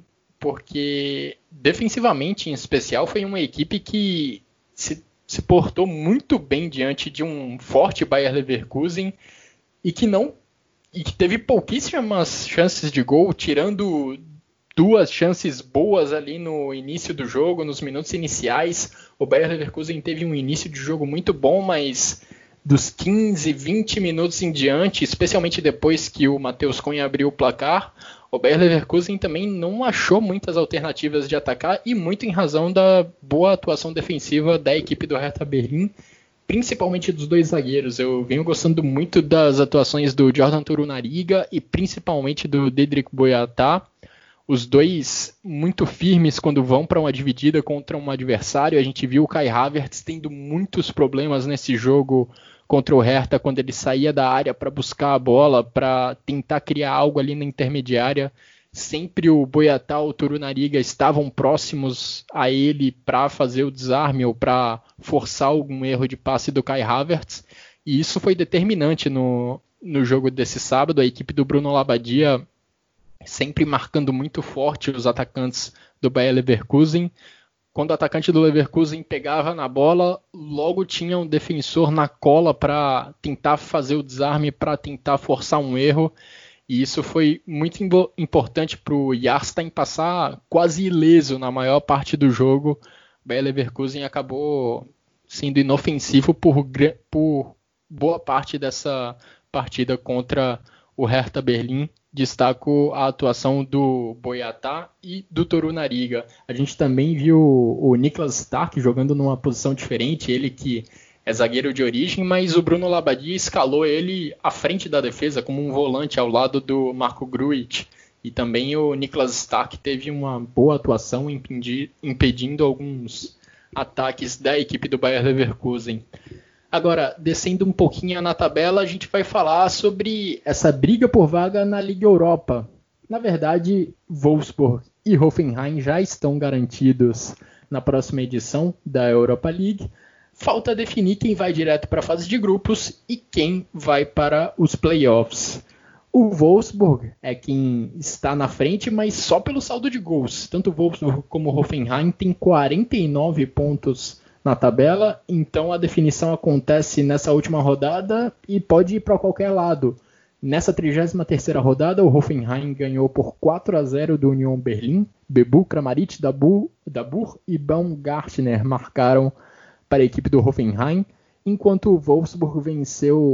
porque defensivamente em especial foi uma equipe que se, se portou muito bem diante de um forte Bayer Leverkusen e que não e que teve pouquíssimas chances de gol, tirando duas chances boas ali no início do jogo, nos minutos iniciais. O Bayer Leverkusen teve um início de jogo muito bom, mas dos quinze, vinte minutos em diante, especialmente depois que o Matheus Cunha abriu o placar, o Bayer Leverkusen também não achou muitas alternativas de atacar e muito em razão da boa atuação defensiva da equipe do Hertha Berlim, principalmente dos dois zagueiros. Eu venho gostando muito das atuações do Jordan Torunariga e principalmente do Dedryck Boyata. Os dois muito firmes quando vão para uma dividida contra um adversário. A gente viu o Kai Havertz tendo muitos problemas nesse jogo contra o Hertha, quando ele saía da área para buscar a bola, para tentar criar algo ali na intermediária. Sempre o Boyata ou o Torunariga estavam próximos a ele para fazer o desarme ou para forçar algum erro de passe do Kai Havertz. E isso foi determinante no, no jogo desse sábado. A equipe do Bruno Labbadia sempre marcando muito forte os atacantes do Bayer Leverkusen. Quando o atacante do Leverkusen pegava na bola, logo tinha um defensor na cola para tentar fazer o desarme, para tentar forçar um erro. E isso foi muito importante para o Jarstein passar quase ileso na maior parte do jogo. O Bayer Leverkusen acabou sendo inofensivo por, por boa parte dessa partida contra o Hertha Berlim. Destaco a atuação do Boyata e do Torunariga. A gente também viu o Niklas Stark jogando numa posição diferente, ele que é zagueiro de origem, mas o Bruno Labbadia escalou ele à frente da defesa como um volante ao lado do Marco Grujic. E também o Niklas Stark teve uma boa atuação impedi- impedindo alguns ataques da equipe do Bayer Leverkusen. Agora, descendo um pouquinho na tabela, a gente vai falar sobre essa briga por vaga na Liga Europa. Na verdade, Wolfsburg e Hoffenheim já estão garantidos na próxima edição da Europa League. Falta definir quem vai direto para a fase de grupos e quem vai para os playoffs. O Wolfsburg é quem está na frente, mas só pelo saldo de gols. Tanto o Wolfsburg como o Hoffenheim têm quarenta e nove pontos na tabela, então a definição acontece nessa última rodada e pode ir para qualquer lado. Nessa trigésima terceira rodada, o Hoffenheim ganhou por quatro a zero do Union Berlin. Bebu, Kramaric, Dabur, Dabur e Baumgartner marcaram para a equipe do Hoffenheim, enquanto o Wolfsburg venceu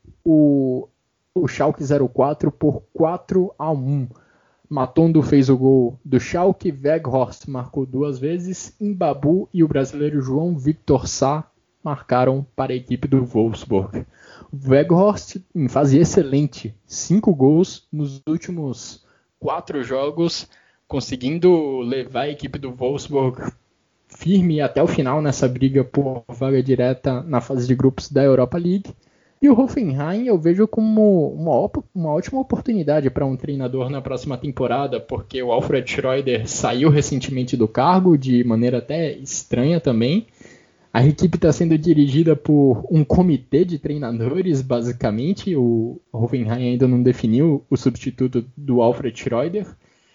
o, o Schalke zero quatro por quatro a um. Matondo fez o gol do Schalke, Weghorst marcou duas vezes, Mbabu e o brasileiro João Victor Sá marcaram para a equipe do Wolfsburg. O Weghorst em fase excelente, cinco gols nos últimos quatro jogos, conseguindo levar a equipe do Wolfsburg firme até o final nessa briga por vaga direta na fase de grupos da Europa League. E o Hoffenheim eu vejo como uma, uma ótima oportunidade para um treinador na próxima temporada, porque o Alfred Schroeder saiu recentemente do cargo, de maneira até estranha também. A equipe está sendo dirigida por um comitê de treinadores, basicamente. O Hoffenheim ainda não definiu o substituto do Alfred Schroeder.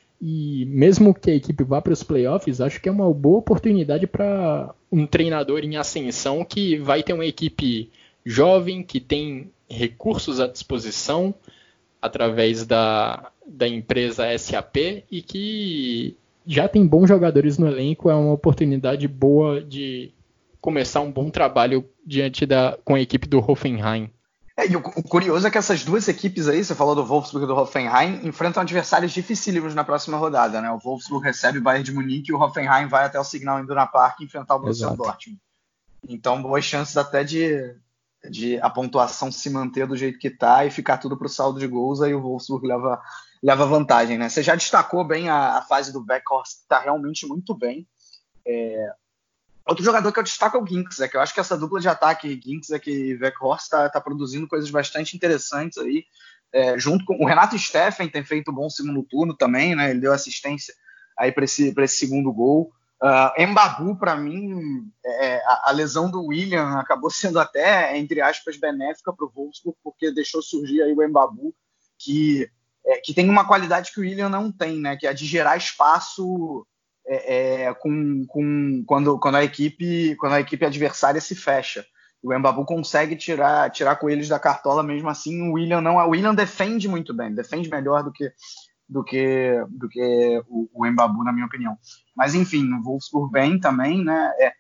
E mesmo que a equipe vá para os playoffs, acho que é uma boa oportunidade para um treinador em ascensão que vai ter uma equipe jovem, que tem recursos à disposição através da, da empresa S A P e que já tem bons jogadores no elenco. É uma oportunidade boa de começar um bom trabalho diante da, com a equipe do Hoffenheim. É, e o, o curioso é que essas duas equipes aí, você falou do Wolfsburg e do Hoffenheim, enfrentam adversários dificílimos na próxima rodada, né? O Wolfsburg recebe o Bayern de Munique e o Hoffenheim vai até o Signal Iduna Park enfrentar o Borussia Dortmund. Então, boas chances até de, de a pontuação se manter do jeito que está e ficar tudo para o saldo de gols, aí o Wolfsburg leva, leva vantagem, né? Você já destacou bem a, a fase do Weghorst, que está realmente muito bem. É... Outro jogador que eu destaco é o Ginks, é que eu acho que essa dupla de ataque, Ginks e Weghorst, está tá produzindo coisas bastante interessantes aí, é, junto com o Renato Steffen, tem feito um bom segundo turno também, né? Ele deu assistência aí para esse, esse segundo gol. Uh, Mbabu, para mim, é, a, a lesão do William acabou sendo até, entre aspas, benéfica para o Wolfsburg, porque deixou surgir aí o Mbabu, que, é, que tem uma qualidade que o William não tem, né? Que é a de gerar espaço é, é, com, com, quando, quando, a equipe, quando a equipe adversária se fecha. O Mbabu consegue tirar, tirar coelhos da cartola mesmo assim. O William não. O William defende muito bem, defende melhor do que do que, do que o, o Mbabu, na minha opinião. Mas, enfim, o Wolfsburg bem também, né? É,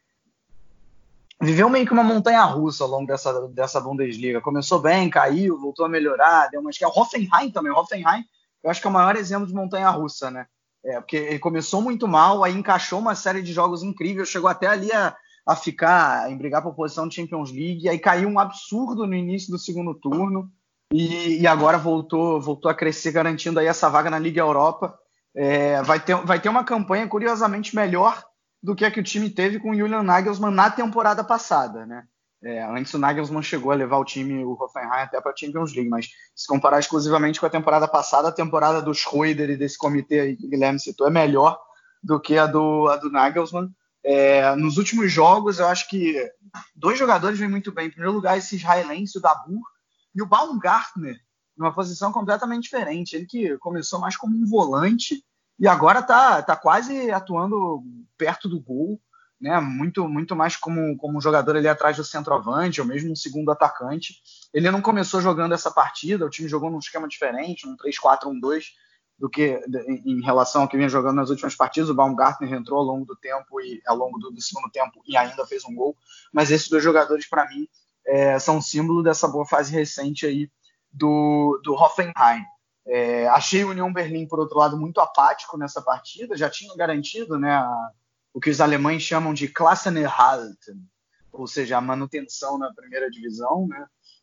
viveu meio que uma montanha-russa ao longo dessa, dessa Bundesliga. Começou bem, caiu, voltou a melhorar, deu uma... O Hoffenheim também, o Hoffenheim, eu acho que é o maior exemplo de montanha-russa, né? É, porque ele começou muito mal, aí encaixou uma série de jogos incríveis, chegou até ali a, a ficar, em brigar por posição de Champions League, aí caiu um absurdo no início do segundo turno, E, e agora voltou, voltou a crescer, garantindo aí essa vaga na Liga Europa. É, vai, ter, vai ter uma campanha curiosamente melhor do que a que o time teve com o Julian Nagelsmann na temporada passada, né? É, antes o Nagelsmann chegou a levar o time, o Hoffenheim, até para a Champions League, mas se comparar exclusivamente com a temporada passada, a temporada do Schroeder e desse comitê aí que o Guilherme citou é melhor do que a do, a do Nagelsmann. É, nos últimos jogos, eu acho que dois jogadores vêm muito bem. Em primeiro lugar, esse israelense, o Dabur, e o Baumgartner, numa posição completamente diferente. Ele que começou mais como um volante e agora está tá quase atuando perto do gol, né? Muito, muito mais como, como um jogador ali atrás do centroavante, ou mesmo um segundo atacante. Ele não começou jogando essa partida, o time jogou num esquema diferente, num três quatro um dois, do que em relação ao que vinha jogando nas últimas partidas. O Baumgartner entrou ao longo do tempo e ao longo do, do segundo tempo e ainda fez um gol. Mas esses dois jogadores, para mim, É, são um símbolo dessa boa fase recente aí do, do Hoffenheim. É, achei o Union Berlin, por outro lado, muito apático nessa partida, já tinha garantido, né, a, o que os alemães chamam de Klassenerhalt, ou seja, a manutenção na primeira divisão, né,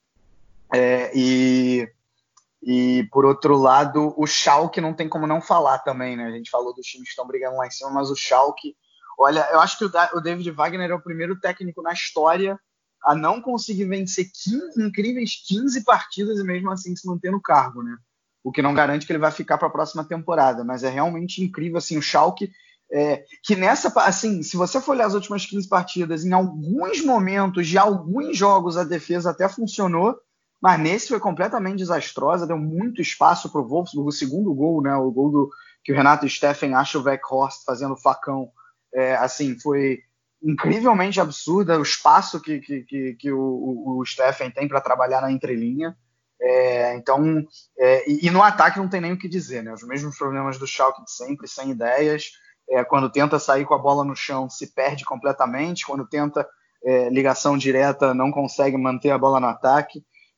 é, e, e, por outro lado, o Schalke não tem como não falar também, né, a gente falou dos times que estão brigando lá em cima, mas o Schalke, olha, eu acho que o, o David Wagner é o primeiro técnico na história a não conseguir vencer quinze, incríveis quinze partidas e mesmo assim se manter no cargo, né? O que não garante que ele vai ficar para a próxima temporada, mas é realmente incrível, assim, o Schalke, é, que nessa, assim, se você for olhar as últimas quinze partidas, em alguns momentos de alguns jogos a defesa até funcionou, mas nesse foi completamente desastrosa, deu muito espaço para o Wolfsburg, o segundo gol, né? O gol do, que o Renato Steffen acha o Weghorst fazendo facão, é, assim, foi incrivelmente absurda o espaço que, que, que, que o, o, o Steffen tem para trabalhar na entrelinha. É, então, é, e, e no ataque não tem nem o que dizer, né? Os mesmos problemas do Schalke de sempre, sem ideias. É, quando tenta sair com a bola no chão, se perde completamente. Quando tenta é, ligação direta, não consegue manter a bola no ataque.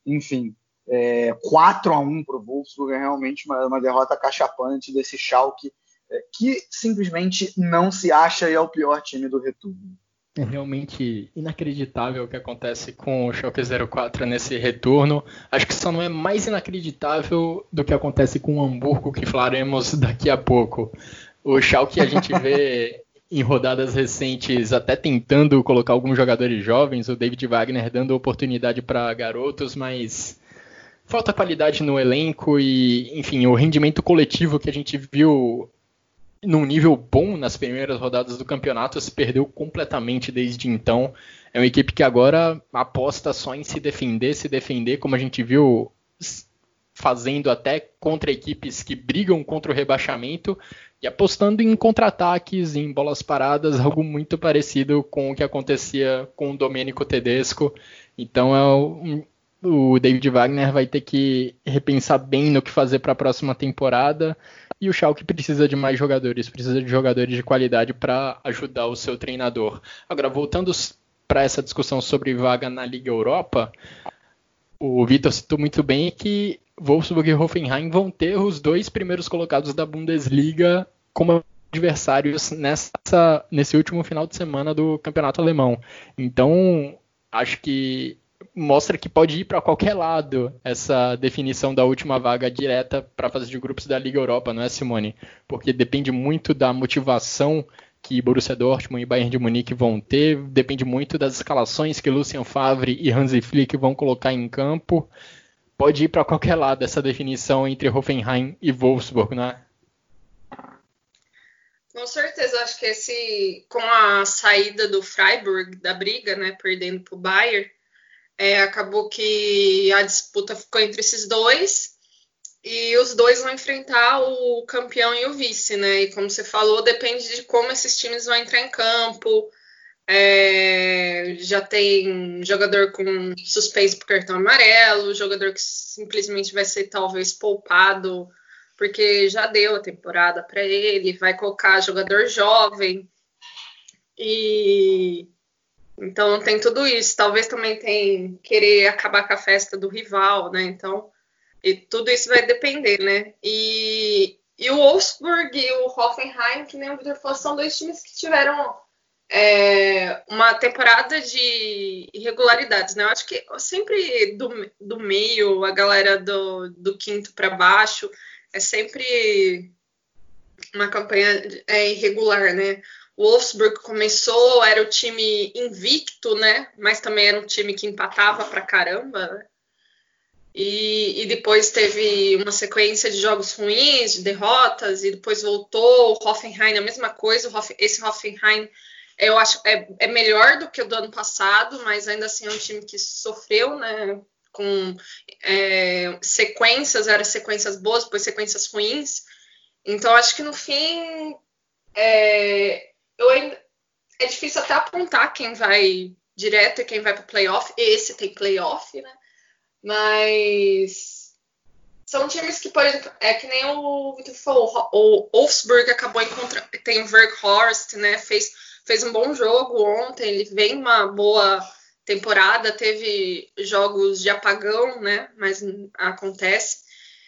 enfim, é, quatro a um para o Wolfsburg é realmente uma, uma derrota cachapante desse Schalke, é, que simplesmente não se acha e é o pior time do retorno. É realmente inacreditável o que acontece com o Schalke zero quatro nesse retorno. Acho que só não é mais inacreditável do que acontece com o Hamburgo, que falaremos daqui a pouco. O Schalke a gente vê em rodadas recentes até tentando colocar alguns jogadores jovens, o David Wagner dando oportunidade para garotos, mas falta qualidade no elenco e, enfim, o rendimento coletivo que a gente viu num nível bom nas primeiras rodadas do campeonato se perdeu completamente desde então. É uma equipe que agora aposta só em se defender, se defender, como a gente viu fazendo até contra equipes que brigam contra o rebaixamento e apostando em contra-ataques, em bolas paradas, algo muito parecido com o que acontecia com o Domenico Tedesco. Então é um, o David Wagner vai ter que repensar bem no que fazer para a próxima temporada. E o Schalke precisa de mais jogadores, precisa de jogadores de qualidade para ajudar o seu treinador. Agora, voltando para essa discussão sobre vaga na Liga Europa, o Vitor citou muito bem que Wolfsburg e Hoffenheim vão ter os dois primeiros colocados da Bundesliga como adversários nessa, nesse último final de semana do campeonato alemão. Então, acho que mostra que pode ir para qualquer lado essa definição da última vaga direta para a fase de grupos da Liga Europa, não é, Simone? Porque depende muito da motivação que Borussia Dortmund e Bayern de Munique vão ter, depende muito das escalações que Lucien Favre e Hansi Flick vão colocar em campo. Pode ir para qualquer lado essa definição entre Hoffenheim e Wolfsburg, né? Com certeza, acho que esse, com a saída do Freiburg da briga, né, perdendo para o Bayern, É, acabou que a disputa ficou entre esses dois e os dois vão enfrentar o campeão e o vice, né? E como você falou, depende de como esses times vão entrar em campo. É, já tem jogador com suspenso por cartão amarelo, jogador que simplesmente vai ser talvez poupado porque já deu a temporada para ele, vai colocar jogador jovem e então tem tudo isso, talvez também tem querer acabar com a festa do rival, né? Então, e tudo isso vai depender, né? E, e o Wolfsburg e o Hoffenheim, que nem o Victor falou, são dois times que tiveram é, uma temporada de irregularidades, né? Eu acho que sempre do, do meio, a galera do, do quinto para baixo, é sempre uma campanha é, irregular, né? O Wolfsburg começou, era o time invicto, né? Mas também era um time que empatava pra caramba, né? E, e depois teve uma sequência de jogos ruins, de derrotas, e depois voltou. O Hoffenheim, a mesma coisa. O Hoff, esse Hoffenheim, eu acho, é, é melhor do que o do ano passado, mas ainda assim é um time que sofreu, né? Com é, sequências, eram sequências boas, depois sequências ruins. Então, acho que no fim... É, Eu ainda, é difícil até apontar quem vai direto e quem vai para o playoff. Esse tem playoff, né? Mas são times que, por exemplo, é que nem o Vitor falou, o Wolfsburg acabou encontrando, tem o Weghorst, né? Fez, fez um bom jogo ontem, ele vem uma boa temporada, teve jogos de apagão, né? Mas acontece.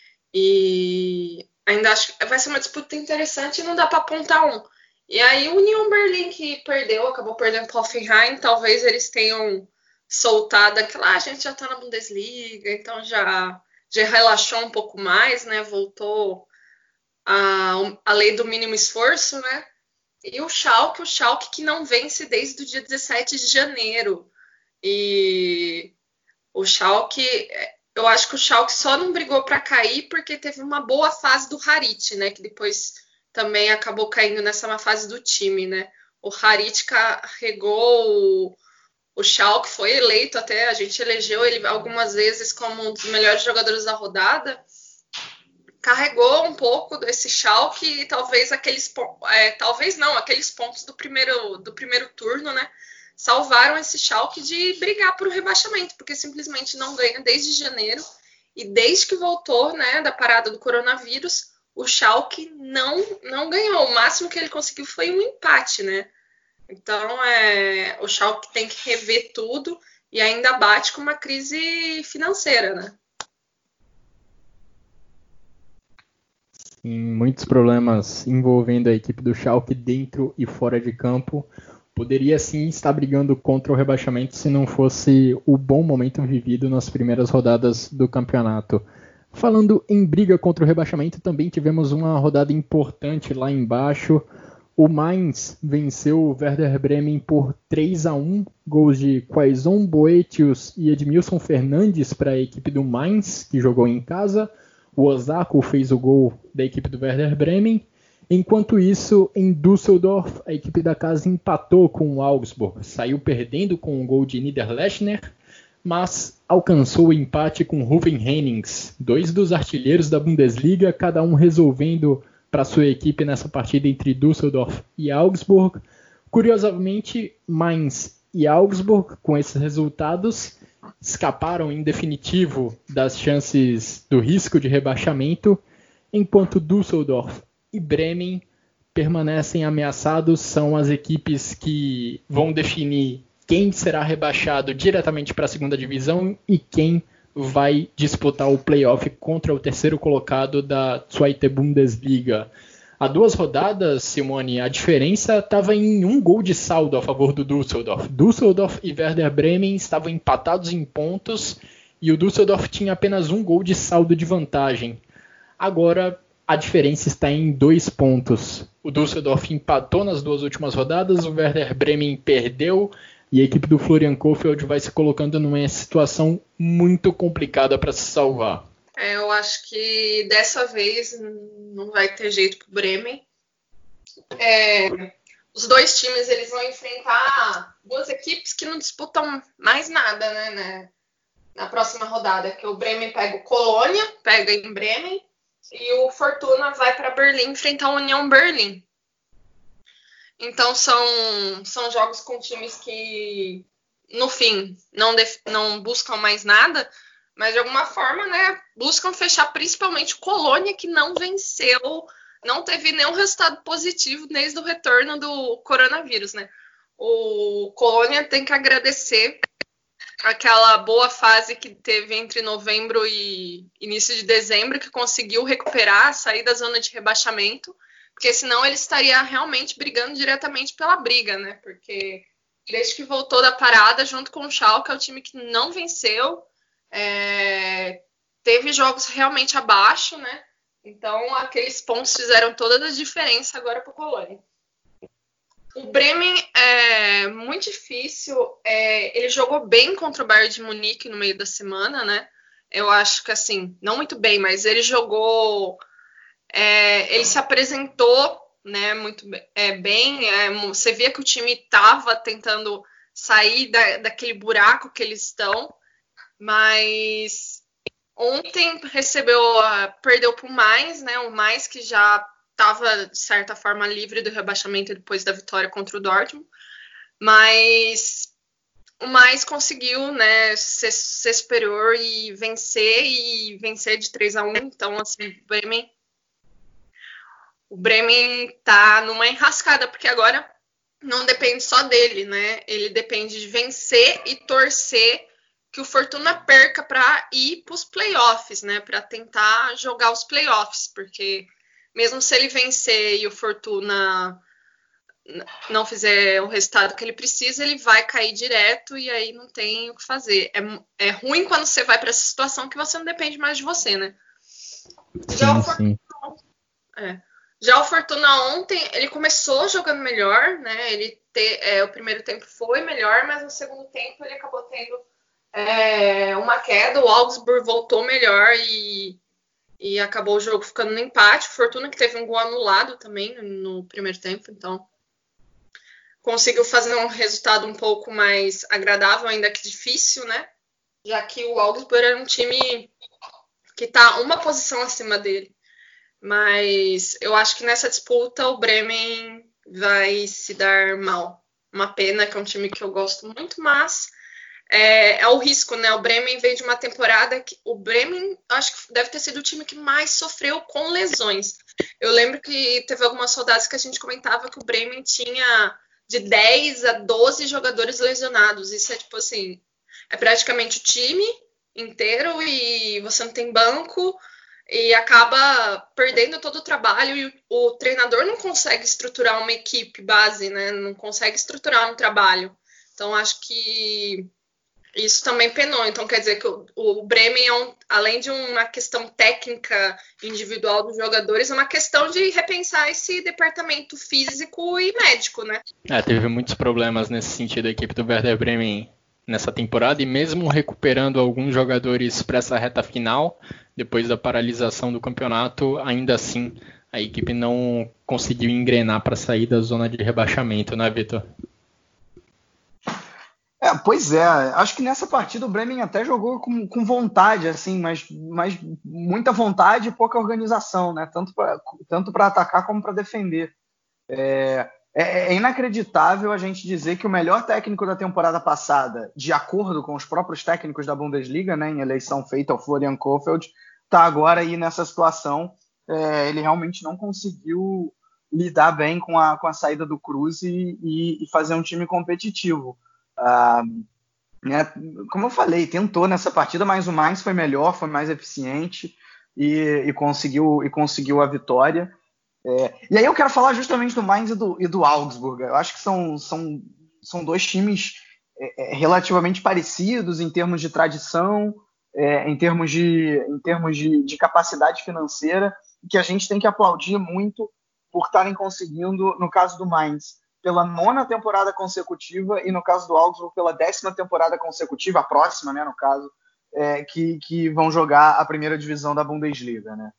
E ainda acho que vai ser uma disputa interessante e não dá para apontar um. E aí o Union Berlin que perdeu, acabou perdendo para o Hoffenheim, talvez eles tenham soltado aquela, ah, a gente já está na Bundesliga, então já, já relaxou um pouco mais, né? Voltou a, a lei do mínimo esforço, né? E o Schalke, o Schalke que não vence desde o dia dezessete de janeiro. E o Schalke, eu acho que o Schalke só não brigou para cair porque teve uma boa fase do Harit, né? Que depois também acabou caindo nessa má fase do time, né? O Harit carregou o, o Schalke, foi eleito até, a gente elegeu ele algumas vezes como um dos melhores jogadores da rodada, carregou um pouco desse Schalke e talvez aqueles, é, talvez não, aqueles pontos do primeiro, do primeiro turno, né? Salvaram esse Schalke de brigar por o rebaixamento, porque simplesmente não ganha desde janeiro e desde que voltou, né, da parada do coronavírus, o Schalke não, não ganhou. O máximo que ele conseguiu foi um empate, né? Então, é, o Schalke tem que rever tudo. e ainda bate com uma crise financeira, né? Em muitos problemas envolvendo a equipe do Schalke dentro e fora de campo. Poderia sim estar brigando contra o rebaixamento se não fosse o bom momento vivido nas primeiras rodadas do campeonato. Falando em briga contra o rebaixamento, também tivemos uma rodada importante lá embaixo. O Mainz venceu o Werder Bremen por três a um, gols de Quaison Boetius e Edmilson Fernandes para a equipe do Mainz, que jogou em casa. O Osako fez o gol da equipe do Werder Bremen. Enquanto isso, em Düsseldorf, a equipe da casa empatou com o Augsburg. Saiu perdendo com o gol de Niederlechner, mas alcançou o empate com Ruven Hennings, dois dos artilheiros da Bundesliga, cada um resolvendo para sua equipe nessa partida entre Düsseldorf e Augsburg. Curiosamente, Mainz e Augsburg, com esses resultados, escaparam em definitivo das chances do risco de rebaixamento, enquanto Düsseldorf e Bremen permanecem ameaçados. São as equipes que vão definir quem será rebaixado diretamente para a segunda divisão e quem vai disputar o playoff contra o terceiro colocado da Zweite Bundesliga. Há duas rodadas, Simone, a diferença estava em um gol de saldo a favor do Düsseldorf. Düsseldorf e Werder Bremen estavam empatados em pontos e o Düsseldorf tinha apenas um gol de saldo de vantagem. Agora a diferença está em dois pontos. O Düsseldorf empatou nas duas últimas rodadas, o Werder Bremen perdeu e a equipe do Florian Kohfeldt vai se colocando numa situação muito complicada para se salvar. É, eu acho que dessa vez não vai ter jeito pro Bremen. É, os dois times eles vão enfrentar duas equipes que não disputam mais nada, né, né, na próxima rodada, que o Bremen pega o Colônia, pega em Bremen, e o Fortuna vai para Berlim enfrentar a União Berlim. Então são, são jogos com times que, no fim, não, def, não buscam mais nada, mas de alguma forma, né, buscam fechar principalmente o Colônia, que não venceu, não teve nenhum resultado positivo desde o retorno do coronavírus, né? O Colônia tem que agradecer aquela boa fase que teve entre novembro e início de dezembro, que conseguiu recuperar, sair da zona de rebaixamento, porque senão ele estaria realmente brigando diretamente pela briga, né? Porque desde que voltou da parada, junto com o Schalke, é o time que não venceu, é, teve jogos realmente abaixo, né? Então aqueles pontos fizeram toda a diferença agora para o Colônia. O Bremen é muito difícil, é, ele jogou bem contra o Bayern de Munique no meio da semana, né? Eu acho que assim, não muito bem, mas ele jogou, é, ele se apresentou, né, muito é, bem, é, você via que o time estava tentando sair da, daquele buraco que eles estão, mas ontem recebeu, perdeu para o Mainz, né, o Mainz que já estava, de certa forma, livre do rebaixamento depois da vitória contra o Dortmund, mas o Mainz conseguiu, né, ser, ser superior e vencer, e vencer de três a um, então, assim, o Bremen, o Bremen tá numa enrascada, porque agora não depende só dele, né, ele depende de vencer e torcer que o Fortuna perca para ir para os playoffs, né, para tentar jogar os playoffs, porque mesmo se ele vencer e o Fortuna não fizer o resultado que ele precisa, ele vai cair direto e aí não tem o que fazer. É, é ruim quando você vai para essa situação que você não depende mais de você, né? Sim, já, o sim. Fortuna, é, já o Fortuna ontem, ele começou jogando melhor, né? Ele te, é, o primeiro tempo foi melhor, mas no segundo tempo ele acabou tendo é, uma queda. O Augsburg voltou melhor e E acabou o jogo ficando no empate. O Fortuna que teve um gol anulado também no primeiro tempo, então conseguiu fazer um resultado um pouco mais agradável, ainda que difícil, né? Já que o Augsburg era um time que está uma posição acima dele. Mas eu acho que nessa disputa o Bremen vai se dar mal. Uma pena, que é um time que eu gosto muito, mas É, é o risco, né? O Bremen veio de uma temporada que o Bremen, acho que deve ter sido o time que mais sofreu com lesões. Eu lembro que teve algumas rodadas que a gente comentava que o Bremen tinha de dez a doze jogadores lesionados. Isso é tipo assim, é praticamente o time inteiro e você não tem banco e acaba perdendo todo o trabalho e o, o treinador não consegue estruturar uma equipe base, né? Não consegue estruturar um trabalho. Então, acho que isso também penou. Então, quer dizer que o, o Bremen, é um, além de uma questão técnica individual dos jogadores, é uma questão de repensar esse departamento físico e médico, né? É, teve muitos problemas nesse sentido a equipe do Werder Bremen nessa temporada, e mesmo recuperando alguns jogadores para essa reta final, depois da paralisação do campeonato, ainda assim a equipe não conseguiu engrenar para sair da zona de rebaixamento, né, Vitor? É, pois é, acho que nessa partida o Bremen até jogou com, com vontade, assim, mas, mas muita vontade e pouca organização, né? Tanto para tanto para atacar como para defender. É, é, é inacreditável a gente dizer que o melhor técnico da temporada passada, de acordo com os próprios técnicos da Bundesliga, né, em eleição feita ao Florian Kohfeldt, está agora aí nessa situação. É, ele realmente não conseguiu lidar bem com a, com a saída do Kruse e, e, e fazer um time competitivo. Ah, né, como eu falei, tentou nessa partida, mas o Mainz foi melhor, foi mais eficiente e, e, conseguiu, e conseguiu a vitória. É, e aí eu quero falar justamente do Mainz e do, e do Augsburg. Eu acho que são, são, são dois times é, relativamente parecidos em termos de tradição, é, em termos, de, em termos de, de capacidade financeira, que a gente tem que aplaudir muito por estarem conseguindo, no caso do Mainz, pela nona temporada consecutiva, e no caso do Augsburg, pela décima temporada consecutiva, a próxima, né, no caso, é, que, que vão jogar a primeira divisão da Bundesliga, né?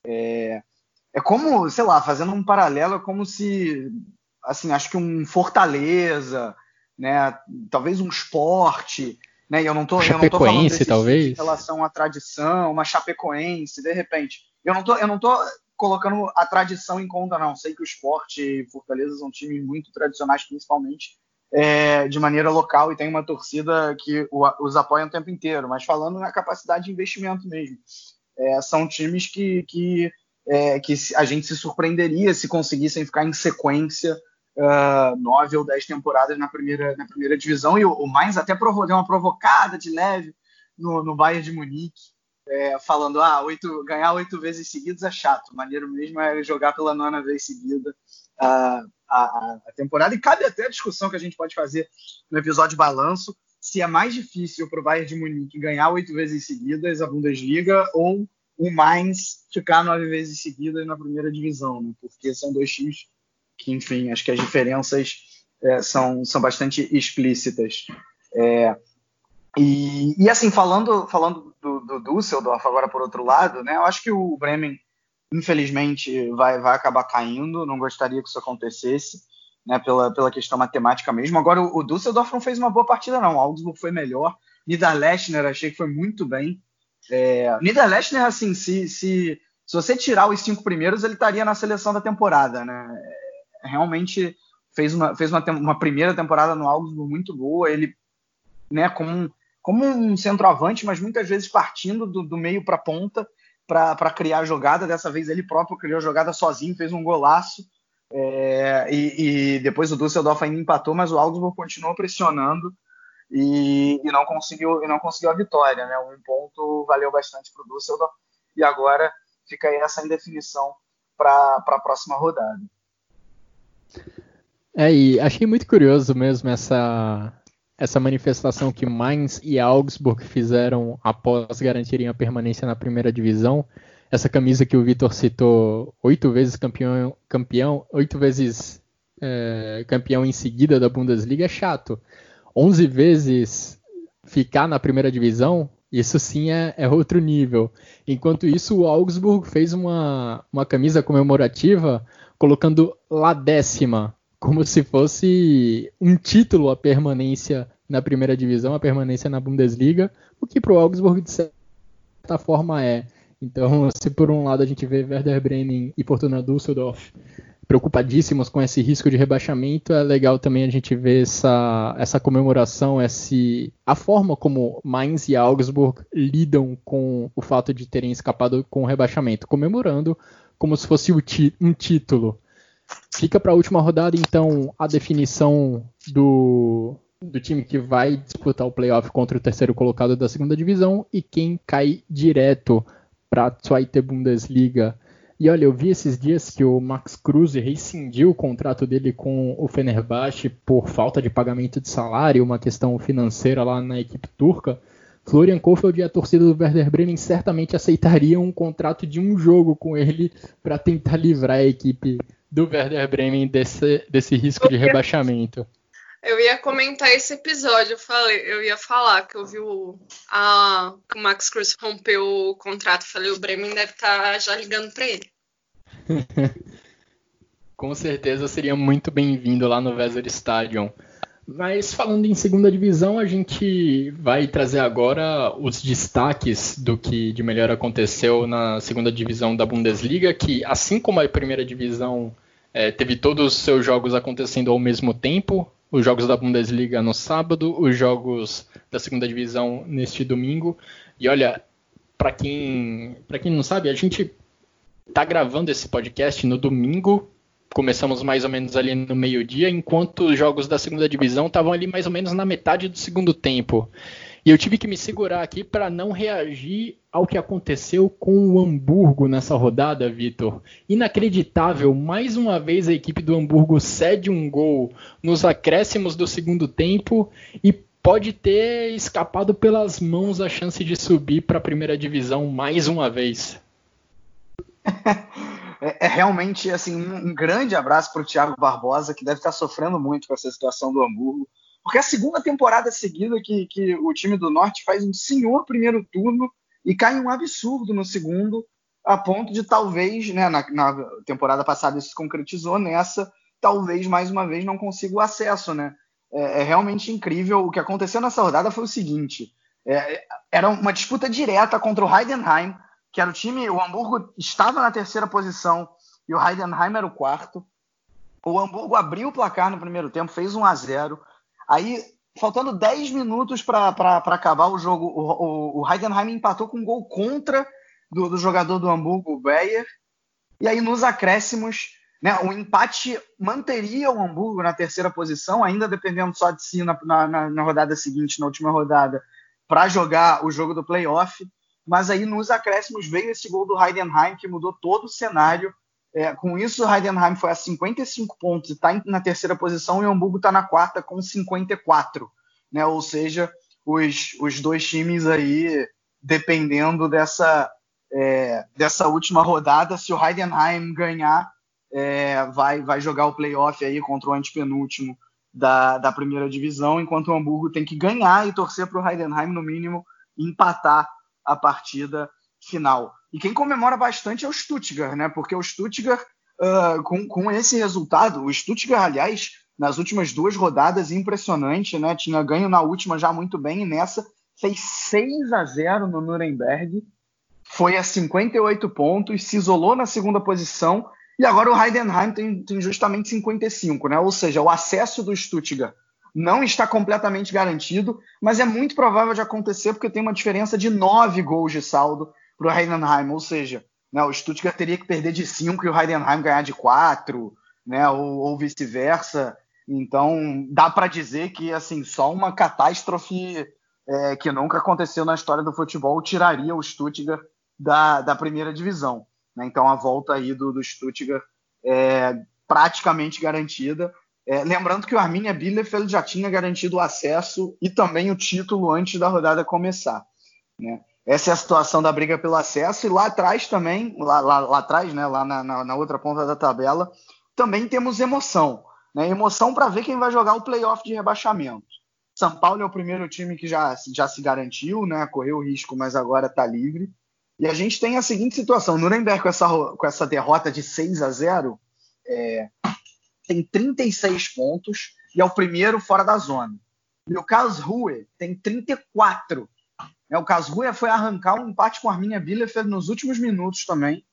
É, é como, sei lá, fazendo um paralelo, é como se, assim, acho que um Fortaleza, né, talvez um Sport, né, e eu não tô, eu não tô falando desse talvez, em relação à tradição, uma Chapecoense, de repente, eu não tô, eu não tô colocando a tradição em conta, não. Sei que o Sport e Fortaleza são times muito tradicionais, principalmente é, de maneira local, e tem uma torcida que os apoia o tempo inteiro, mas falando na capacidade de investimento mesmo. É, são times que, que, é, que a gente se surpreenderia se conseguissem ficar em sequência uh, nove ou dez temporadas na primeira, na primeira divisão, e o, o Mainz até provou, deu uma provocada de leve no, no Bayern de Munique, É, falando, ah, oito, ganhar oito vezes seguidas é chato, maneiro mesmo é jogar pela nona vez seguida a, a, a temporada, e cabe até a discussão que a gente pode fazer no episódio balanço, se é mais difícil para o Bayern de Munique ganhar oito vezes seguidas a Bundesliga ou o Mainz ficar nove vezes seguidas na primeira divisão, né? Porque são dois times que, enfim, acho que as diferenças é, são, são bastante explícitas. É, E, e assim, falando, falando do, do Düsseldorf agora por outro lado, né, eu acho que o Bremen, infelizmente, vai, vai acabar caindo, não gostaria que isso acontecesse, né, pela, pela questão matemática mesmo. Agora, o, o Düsseldorf não fez uma boa partida, não, o Augsburg foi melhor, Niederlechner achei que foi muito bem. É, Niederlechner, assim, se, se, se você tirar os cinco primeiros, ele estaria na seleção da temporada, né, realmente fez uma, fez uma, uma primeira temporada no Augsburg muito boa, ele, né, como um como um centroavante, mas muitas vezes partindo do, do meio para a ponta para criar a jogada. Dessa vez ele próprio criou a jogada sozinho, fez um golaço, é, e, e depois o Düsseldorf ainda empatou, mas o Augsburg continuou pressionando e, e, não, conseguiu, e não conseguiu a vitória, né? Um ponto valeu bastante para o Düsseldorf, e agora fica aí essa indefinição para a próxima rodada. É, e achei muito curioso mesmo essa... essa manifestação que Mainz e Augsburg fizeram após garantirem a permanência na primeira divisão. Essa camisa que o Vitor citou, oito vezes campeão, campeão oito vezes é, campeão em seguida da Bundesliga, é chato. Onze vezes ficar na primeira divisão, isso sim é, é outro nível. Enquanto isso, o Augsburg fez uma, uma camisa comemorativa colocando lá décima, como se fosse um título a permanência na primeira divisão, a permanência na Bundesliga, o que para o Augsburg, de certa forma, é. Então, se por um lado a gente vê Werder Bremen e Fortuna Düsseldorf preocupadíssimos com esse risco de rebaixamento, é legal também a gente ver essa, essa comemoração, esse, a forma como Mainz e Augsburg lidam com o fato de terem escapado com o rebaixamento, comemorando como se fosse um título. Fica para a última rodada, então, a definição do, do time que vai disputar o playoff contra o terceiro colocado da segunda divisão e quem cai direto para a Zweite Bundesliga. E olha, eu vi esses dias que o Max Kruse rescindiu o contrato dele com o Fenerbahçe por falta de pagamento de salário, uma questão financeira lá na equipe turca. Florian Kohfeldt e a torcida do Werder Bremen certamente aceitariam um contrato de um jogo com ele para tentar livrar a equipe do Werder Bremen desse, desse risco de rebaixamento. Eu ia comentar esse episódio, eu, falei, eu ia falar que eu vi o, a, que o Max Kruse rompeu o contrato, falei, o Bremen deve estar já ligando para ele. Com certeza seria muito bem-vindo lá no Weser Stadion. Mas falando em segunda divisão, a gente vai trazer agora os destaques do que de melhor aconteceu na segunda divisão da Bundesliga, que assim como a primeira divisão é, teve todos os seus jogos acontecendo ao mesmo tempo, os jogos da Bundesliga no sábado, os jogos da segunda divisão neste domingo. E olha, para quem, para quem não sabe, a gente está gravando esse podcast no domingo. Começamos mais ou menos ali no meio-dia, enquanto os jogos da segunda divisão estavam ali mais ou menos na metade do segundo tempo. E eu tive que me segurar aqui para não reagir ao que aconteceu com o Hamburgo nessa rodada, Vitor. Inacreditável, mais uma vez a equipe do Hamburgo cede um gol nos acréscimos do segundo tempo e pode ter escapado pelas mãos a chance de subir para a primeira divisão mais uma vez. É, é realmente assim, um, um grande abraço para o Thiago Barbosa, que deve estar sofrendo muito com essa situação do Hamburgo, porque é a segunda temporada seguida que, que o time do Norte faz um senhor primeiro turno e cai um absurdo no segundo, a ponto de talvez, né, na, na temporada passada isso se concretizou, nessa talvez mais uma vez não consiga o acesso, né? É, é realmente incrível. O que aconteceu nessa rodada foi o seguinte, é, era uma disputa direta contra o Heidenheim, que era o time, o Hamburgo estava na terceira posição e o Heidenheim era o quarto. O Hamburgo abriu o placar no primeiro tempo, fez um a zero. Aí, faltando dez minutos para acabar o jogo, o, o, o Heidenheim empatou com um gol contra do, do jogador do Hamburgo, o Bayer. E aí, nos acréscimos, né, o empate manteria o Hamburgo na terceira posição, ainda dependendo só de si na, na, na rodada seguinte, na última rodada, para jogar o jogo do playoff. Mas aí nos acréscimos veio esse gol do Heidenheim que mudou todo o cenário. É, com isso, o Heidenheim foi a cinquenta e cinco pontos e está na terceira posição, e o Hamburgo está na quarta com cinquenta e quatro. Né? Ou seja, os, os dois times aí dependendo dessa, é, dessa última rodada. Se o Heidenheim ganhar, é, vai, vai jogar o playoff aí contra o antepenúltimo da, da primeira divisão, enquanto o Hamburgo tem que ganhar e torcer para o Heidenheim, no mínimo, empatar a partida final. E quem comemora bastante é o Stuttgart, né? Porque o Stuttgart, uh, com, com esse resultado, o Stuttgart, aliás, nas últimas duas rodadas, impressionante, né? Tinha ganho na última já muito bem, e nessa fez seis a zero no Nuremberg, foi a cinquenta e oito pontos, se isolou na segunda posição, e agora o Heidenheim tem, tem justamente cinquenta e cinco, né? Ou seja, o acesso do Stuttgart não está completamente garantido, mas é muito provável de acontecer porque tem uma diferença de nove gols de saldo para o Heidenheim, ou seja, né, o Stuttgart teria que perder de cinco e o Heidenheim ganhar de quatro, né, ou, ou vice-versa. Então dá para dizer que assim, só uma catástrofe é, que nunca aconteceu na história do futebol tiraria o Stuttgart da, da primeira divisão. Né? Então a volta aí do, do Stuttgart é praticamente garantida. É, lembrando que o Arminia Bielefeld já tinha garantido o acesso e também o título antes da rodada começar. Né? Essa é a situação da briga pelo acesso. E lá atrás também, lá, lá, lá atrás, né, lá na, na, na outra ponta da tabela, também temos emoção. Né? Emoção para ver quem vai jogar o playoff de rebaixamento. São Paulo é o primeiro time que já, já se garantiu, né? Correu o risco, mas agora está livre. E a gente tem a seguinte situação. Nuremberg, com essa, com essa derrota de seis a zero, é... tem trinta e seis pontos e é o primeiro fora da zona. E o Karlsruhe tem trinta e quatro. O Karlsruhe foi arrancar um empate com a Arminia Bielefeld nos últimos minutos também,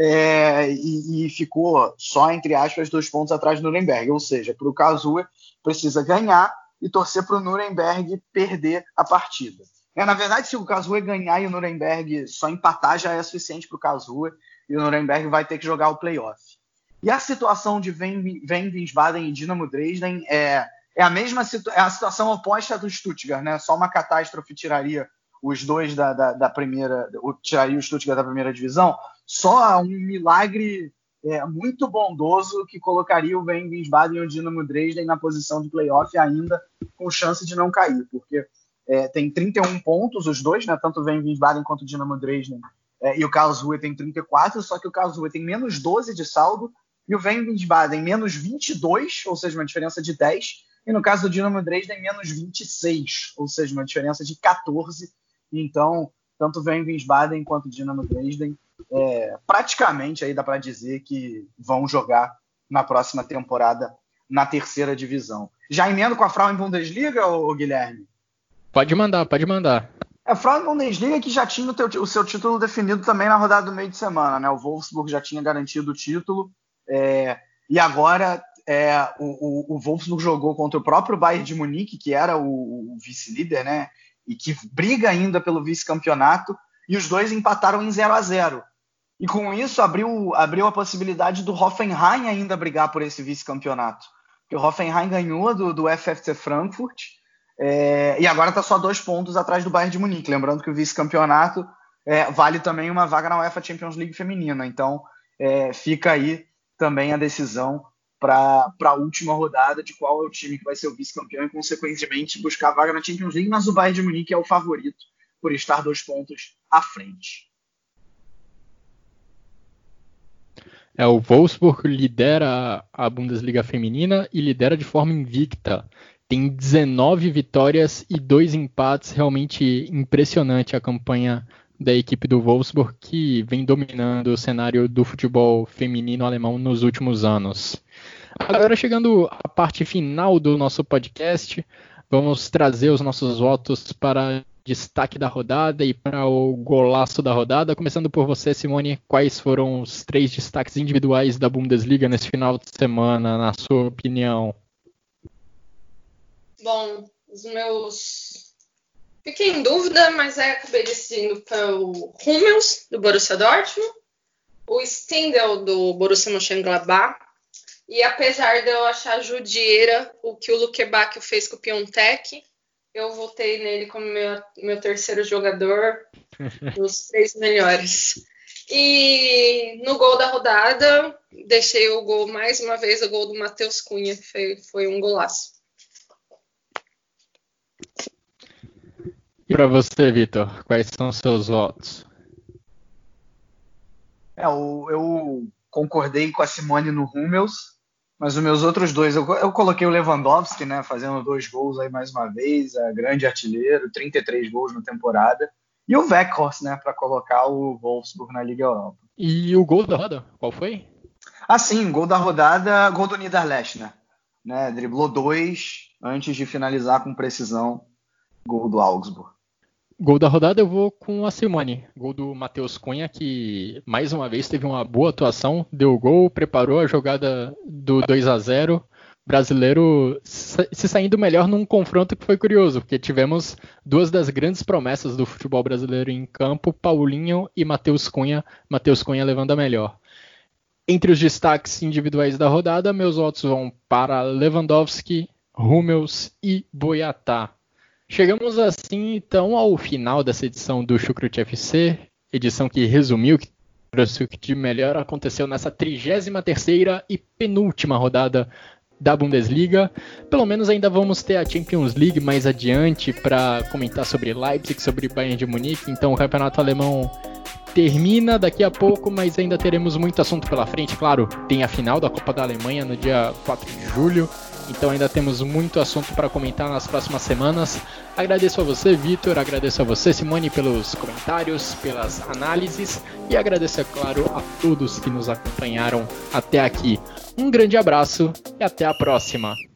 é, e, e ficou só, entre aspas, dois pontos atrás do Nuremberg. Ou seja, para o Karlsruhe precisa ganhar e torcer para o Nuremberg perder a partida. É, na verdade, se o Karlsruhe ganhar e o Nuremberg só empatar, já é suficiente para o Karlsruhe, e o Nuremberg vai ter que jogar o playoff. E a situação de Wien Wiesbaden e Dinamo Dresden é, é a mesma situ- é a situação oposta do Stuttgart, né? Só uma catástrofe tiraria os dois da, da, da primeira, tiraria o Stuttgart da primeira divisão. Só um milagre é, muito bondoso que colocaria o Wien Wiesbaden e o Dynamo Dresden na posição de playoff ainda com chance de não cair, porque é, tem trinta e um pontos os dois, né? Tanto o Wien Wiesbaden quanto o Dynamo Dresden, é, e o Karlsruhe tem trinta e quatro, só que o Karlsruhe tem menos doze de saldo e o Wien Wiesbaden menos vinte e dois, ou seja, uma diferença de dez, e no caso do Dynamo Dresden menos vinte e seis, ou seja, uma diferença de quatorze. Então, tanto o Wien Wiesbaden quanto o Dynamo Dresden é, praticamente aí dá para dizer que vão jogar na próxima temporada na terceira divisão. Já emendo com a Frauen Bundesliga, ô, Guilherme? Pode mandar, pode mandar. A Frauen Bundesliga que já tinha o, teu, o seu título definido também na rodada do meio de semana, né? O Wolfsburg já tinha garantido o título, é, e agora é, o, o, o Wolfsburg jogou contra o próprio Bayern de Munique, que era o, o vice-líder, né? E que briga ainda pelo vice-campeonato, e os dois empataram em zero a zero. E com isso abriu, abriu a possibilidade do Hoffenheim ainda brigar por esse vice-campeonato. Porque o Hoffenheim ganhou do, do F F C Frankfurt, é, e agora está só dois pontos atrás do Bayern de Munique. Lembrando que o vice-campeonato é, vale também uma vaga na UEFA Champions League feminina. Então é, fica aí também a decisão para a última rodada de qual é o time que vai ser o vice-campeão e, consequentemente, buscar a vaga na Champions League, mas o Bayern de Munique é o favorito por estar dois pontos à frente. É, o Wolfsburg lidera a Bundesliga feminina e lidera de forma invicta. Tem dezenove vitórias e dois empates, realmente impressionante a campanha da equipe do Wolfsburg, que vem dominando o cenário do futebol feminino alemão nos últimos anos. Agora, chegando à parte final do nosso podcast, vamos trazer os nossos votos para destaque da rodada e para o golaço da rodada. Começando por você, Simone, quais foram os três destaques individuais da Bundesliga nesse final de semana, na sua opinião? Bom, os meus... Fiquei em dúvida, mas aí acabei decidindo pelo Hummels, do Borussia Dortmund, o Stindl, do Borussia Mönchengladbach, e apesar de eu achar judiera o que o Luke Bacchio fez com o Piontek, eu votei nele como meu, meu terceiro jogador dos três melhores. E no gol da rodada, deixei o gol, mais uma vez, o gol do Matheus Cunha, que foi, foi um golaço. E para você, Vitor, quais são os seus votos? É, eu, eu concordei com a Simone no Hummels, mas os meus outros dois, eu, eu coloquei o Lewandowski, né, fazendo dois gols aí mais uma vez, a grande artilheiro, trinta e três gols na temporada, e o Weghorst, né, para colocar o Wolfsburg na Liga Europa. E o gol da rodada, qual foi? Ah, sim, gol da rodada, gol do Niederlechner, né, driblou dois antes de finalizar com precisão, gol do Augsburg. Gol da rodada eu vou com a Simone. Gol do Matheus Cunha, que mais uma vez teve uma boa atuação, deu gol, preparou a jogada do dois a zero. Brasileiro se saindo melhor num confronto que foi curioso, porque tivemos duas das grandes promessas do futebol brasileiro em campo, Paulinho e Matheus Cunha. Matheus Cunha levando a melhor. Entre os destaques individuais da rodada, meus votos vão para Lewandowski, Hummels e Boiatá. Chegamos assim, então, ao final dessa edição do Chucrute F C, edição que resumiu o que de melhor aconteceu nessa trigésima terceira e penúltima rodada da Bundesliga. Pelo menos ainda vamos ter a Champions League mais adiante para comentar sobre Leipzig, sobre Bayern de Munique. Então o campeonato alemão termina daqui a pouco, mas ainda teremos muito assunto pela frente. Claro, tem a final da Copa da Alemanha no dia quatro de julho. Então ainda temos muito assunto para comentar nas próximas semanas. Agradeço a você, Vitor, agradeço a você, Simone, pelos comentários, pelas análises e agradeço, é claro, a todos que nos acompanharam até aqui. Um grande abraço e até a próxima.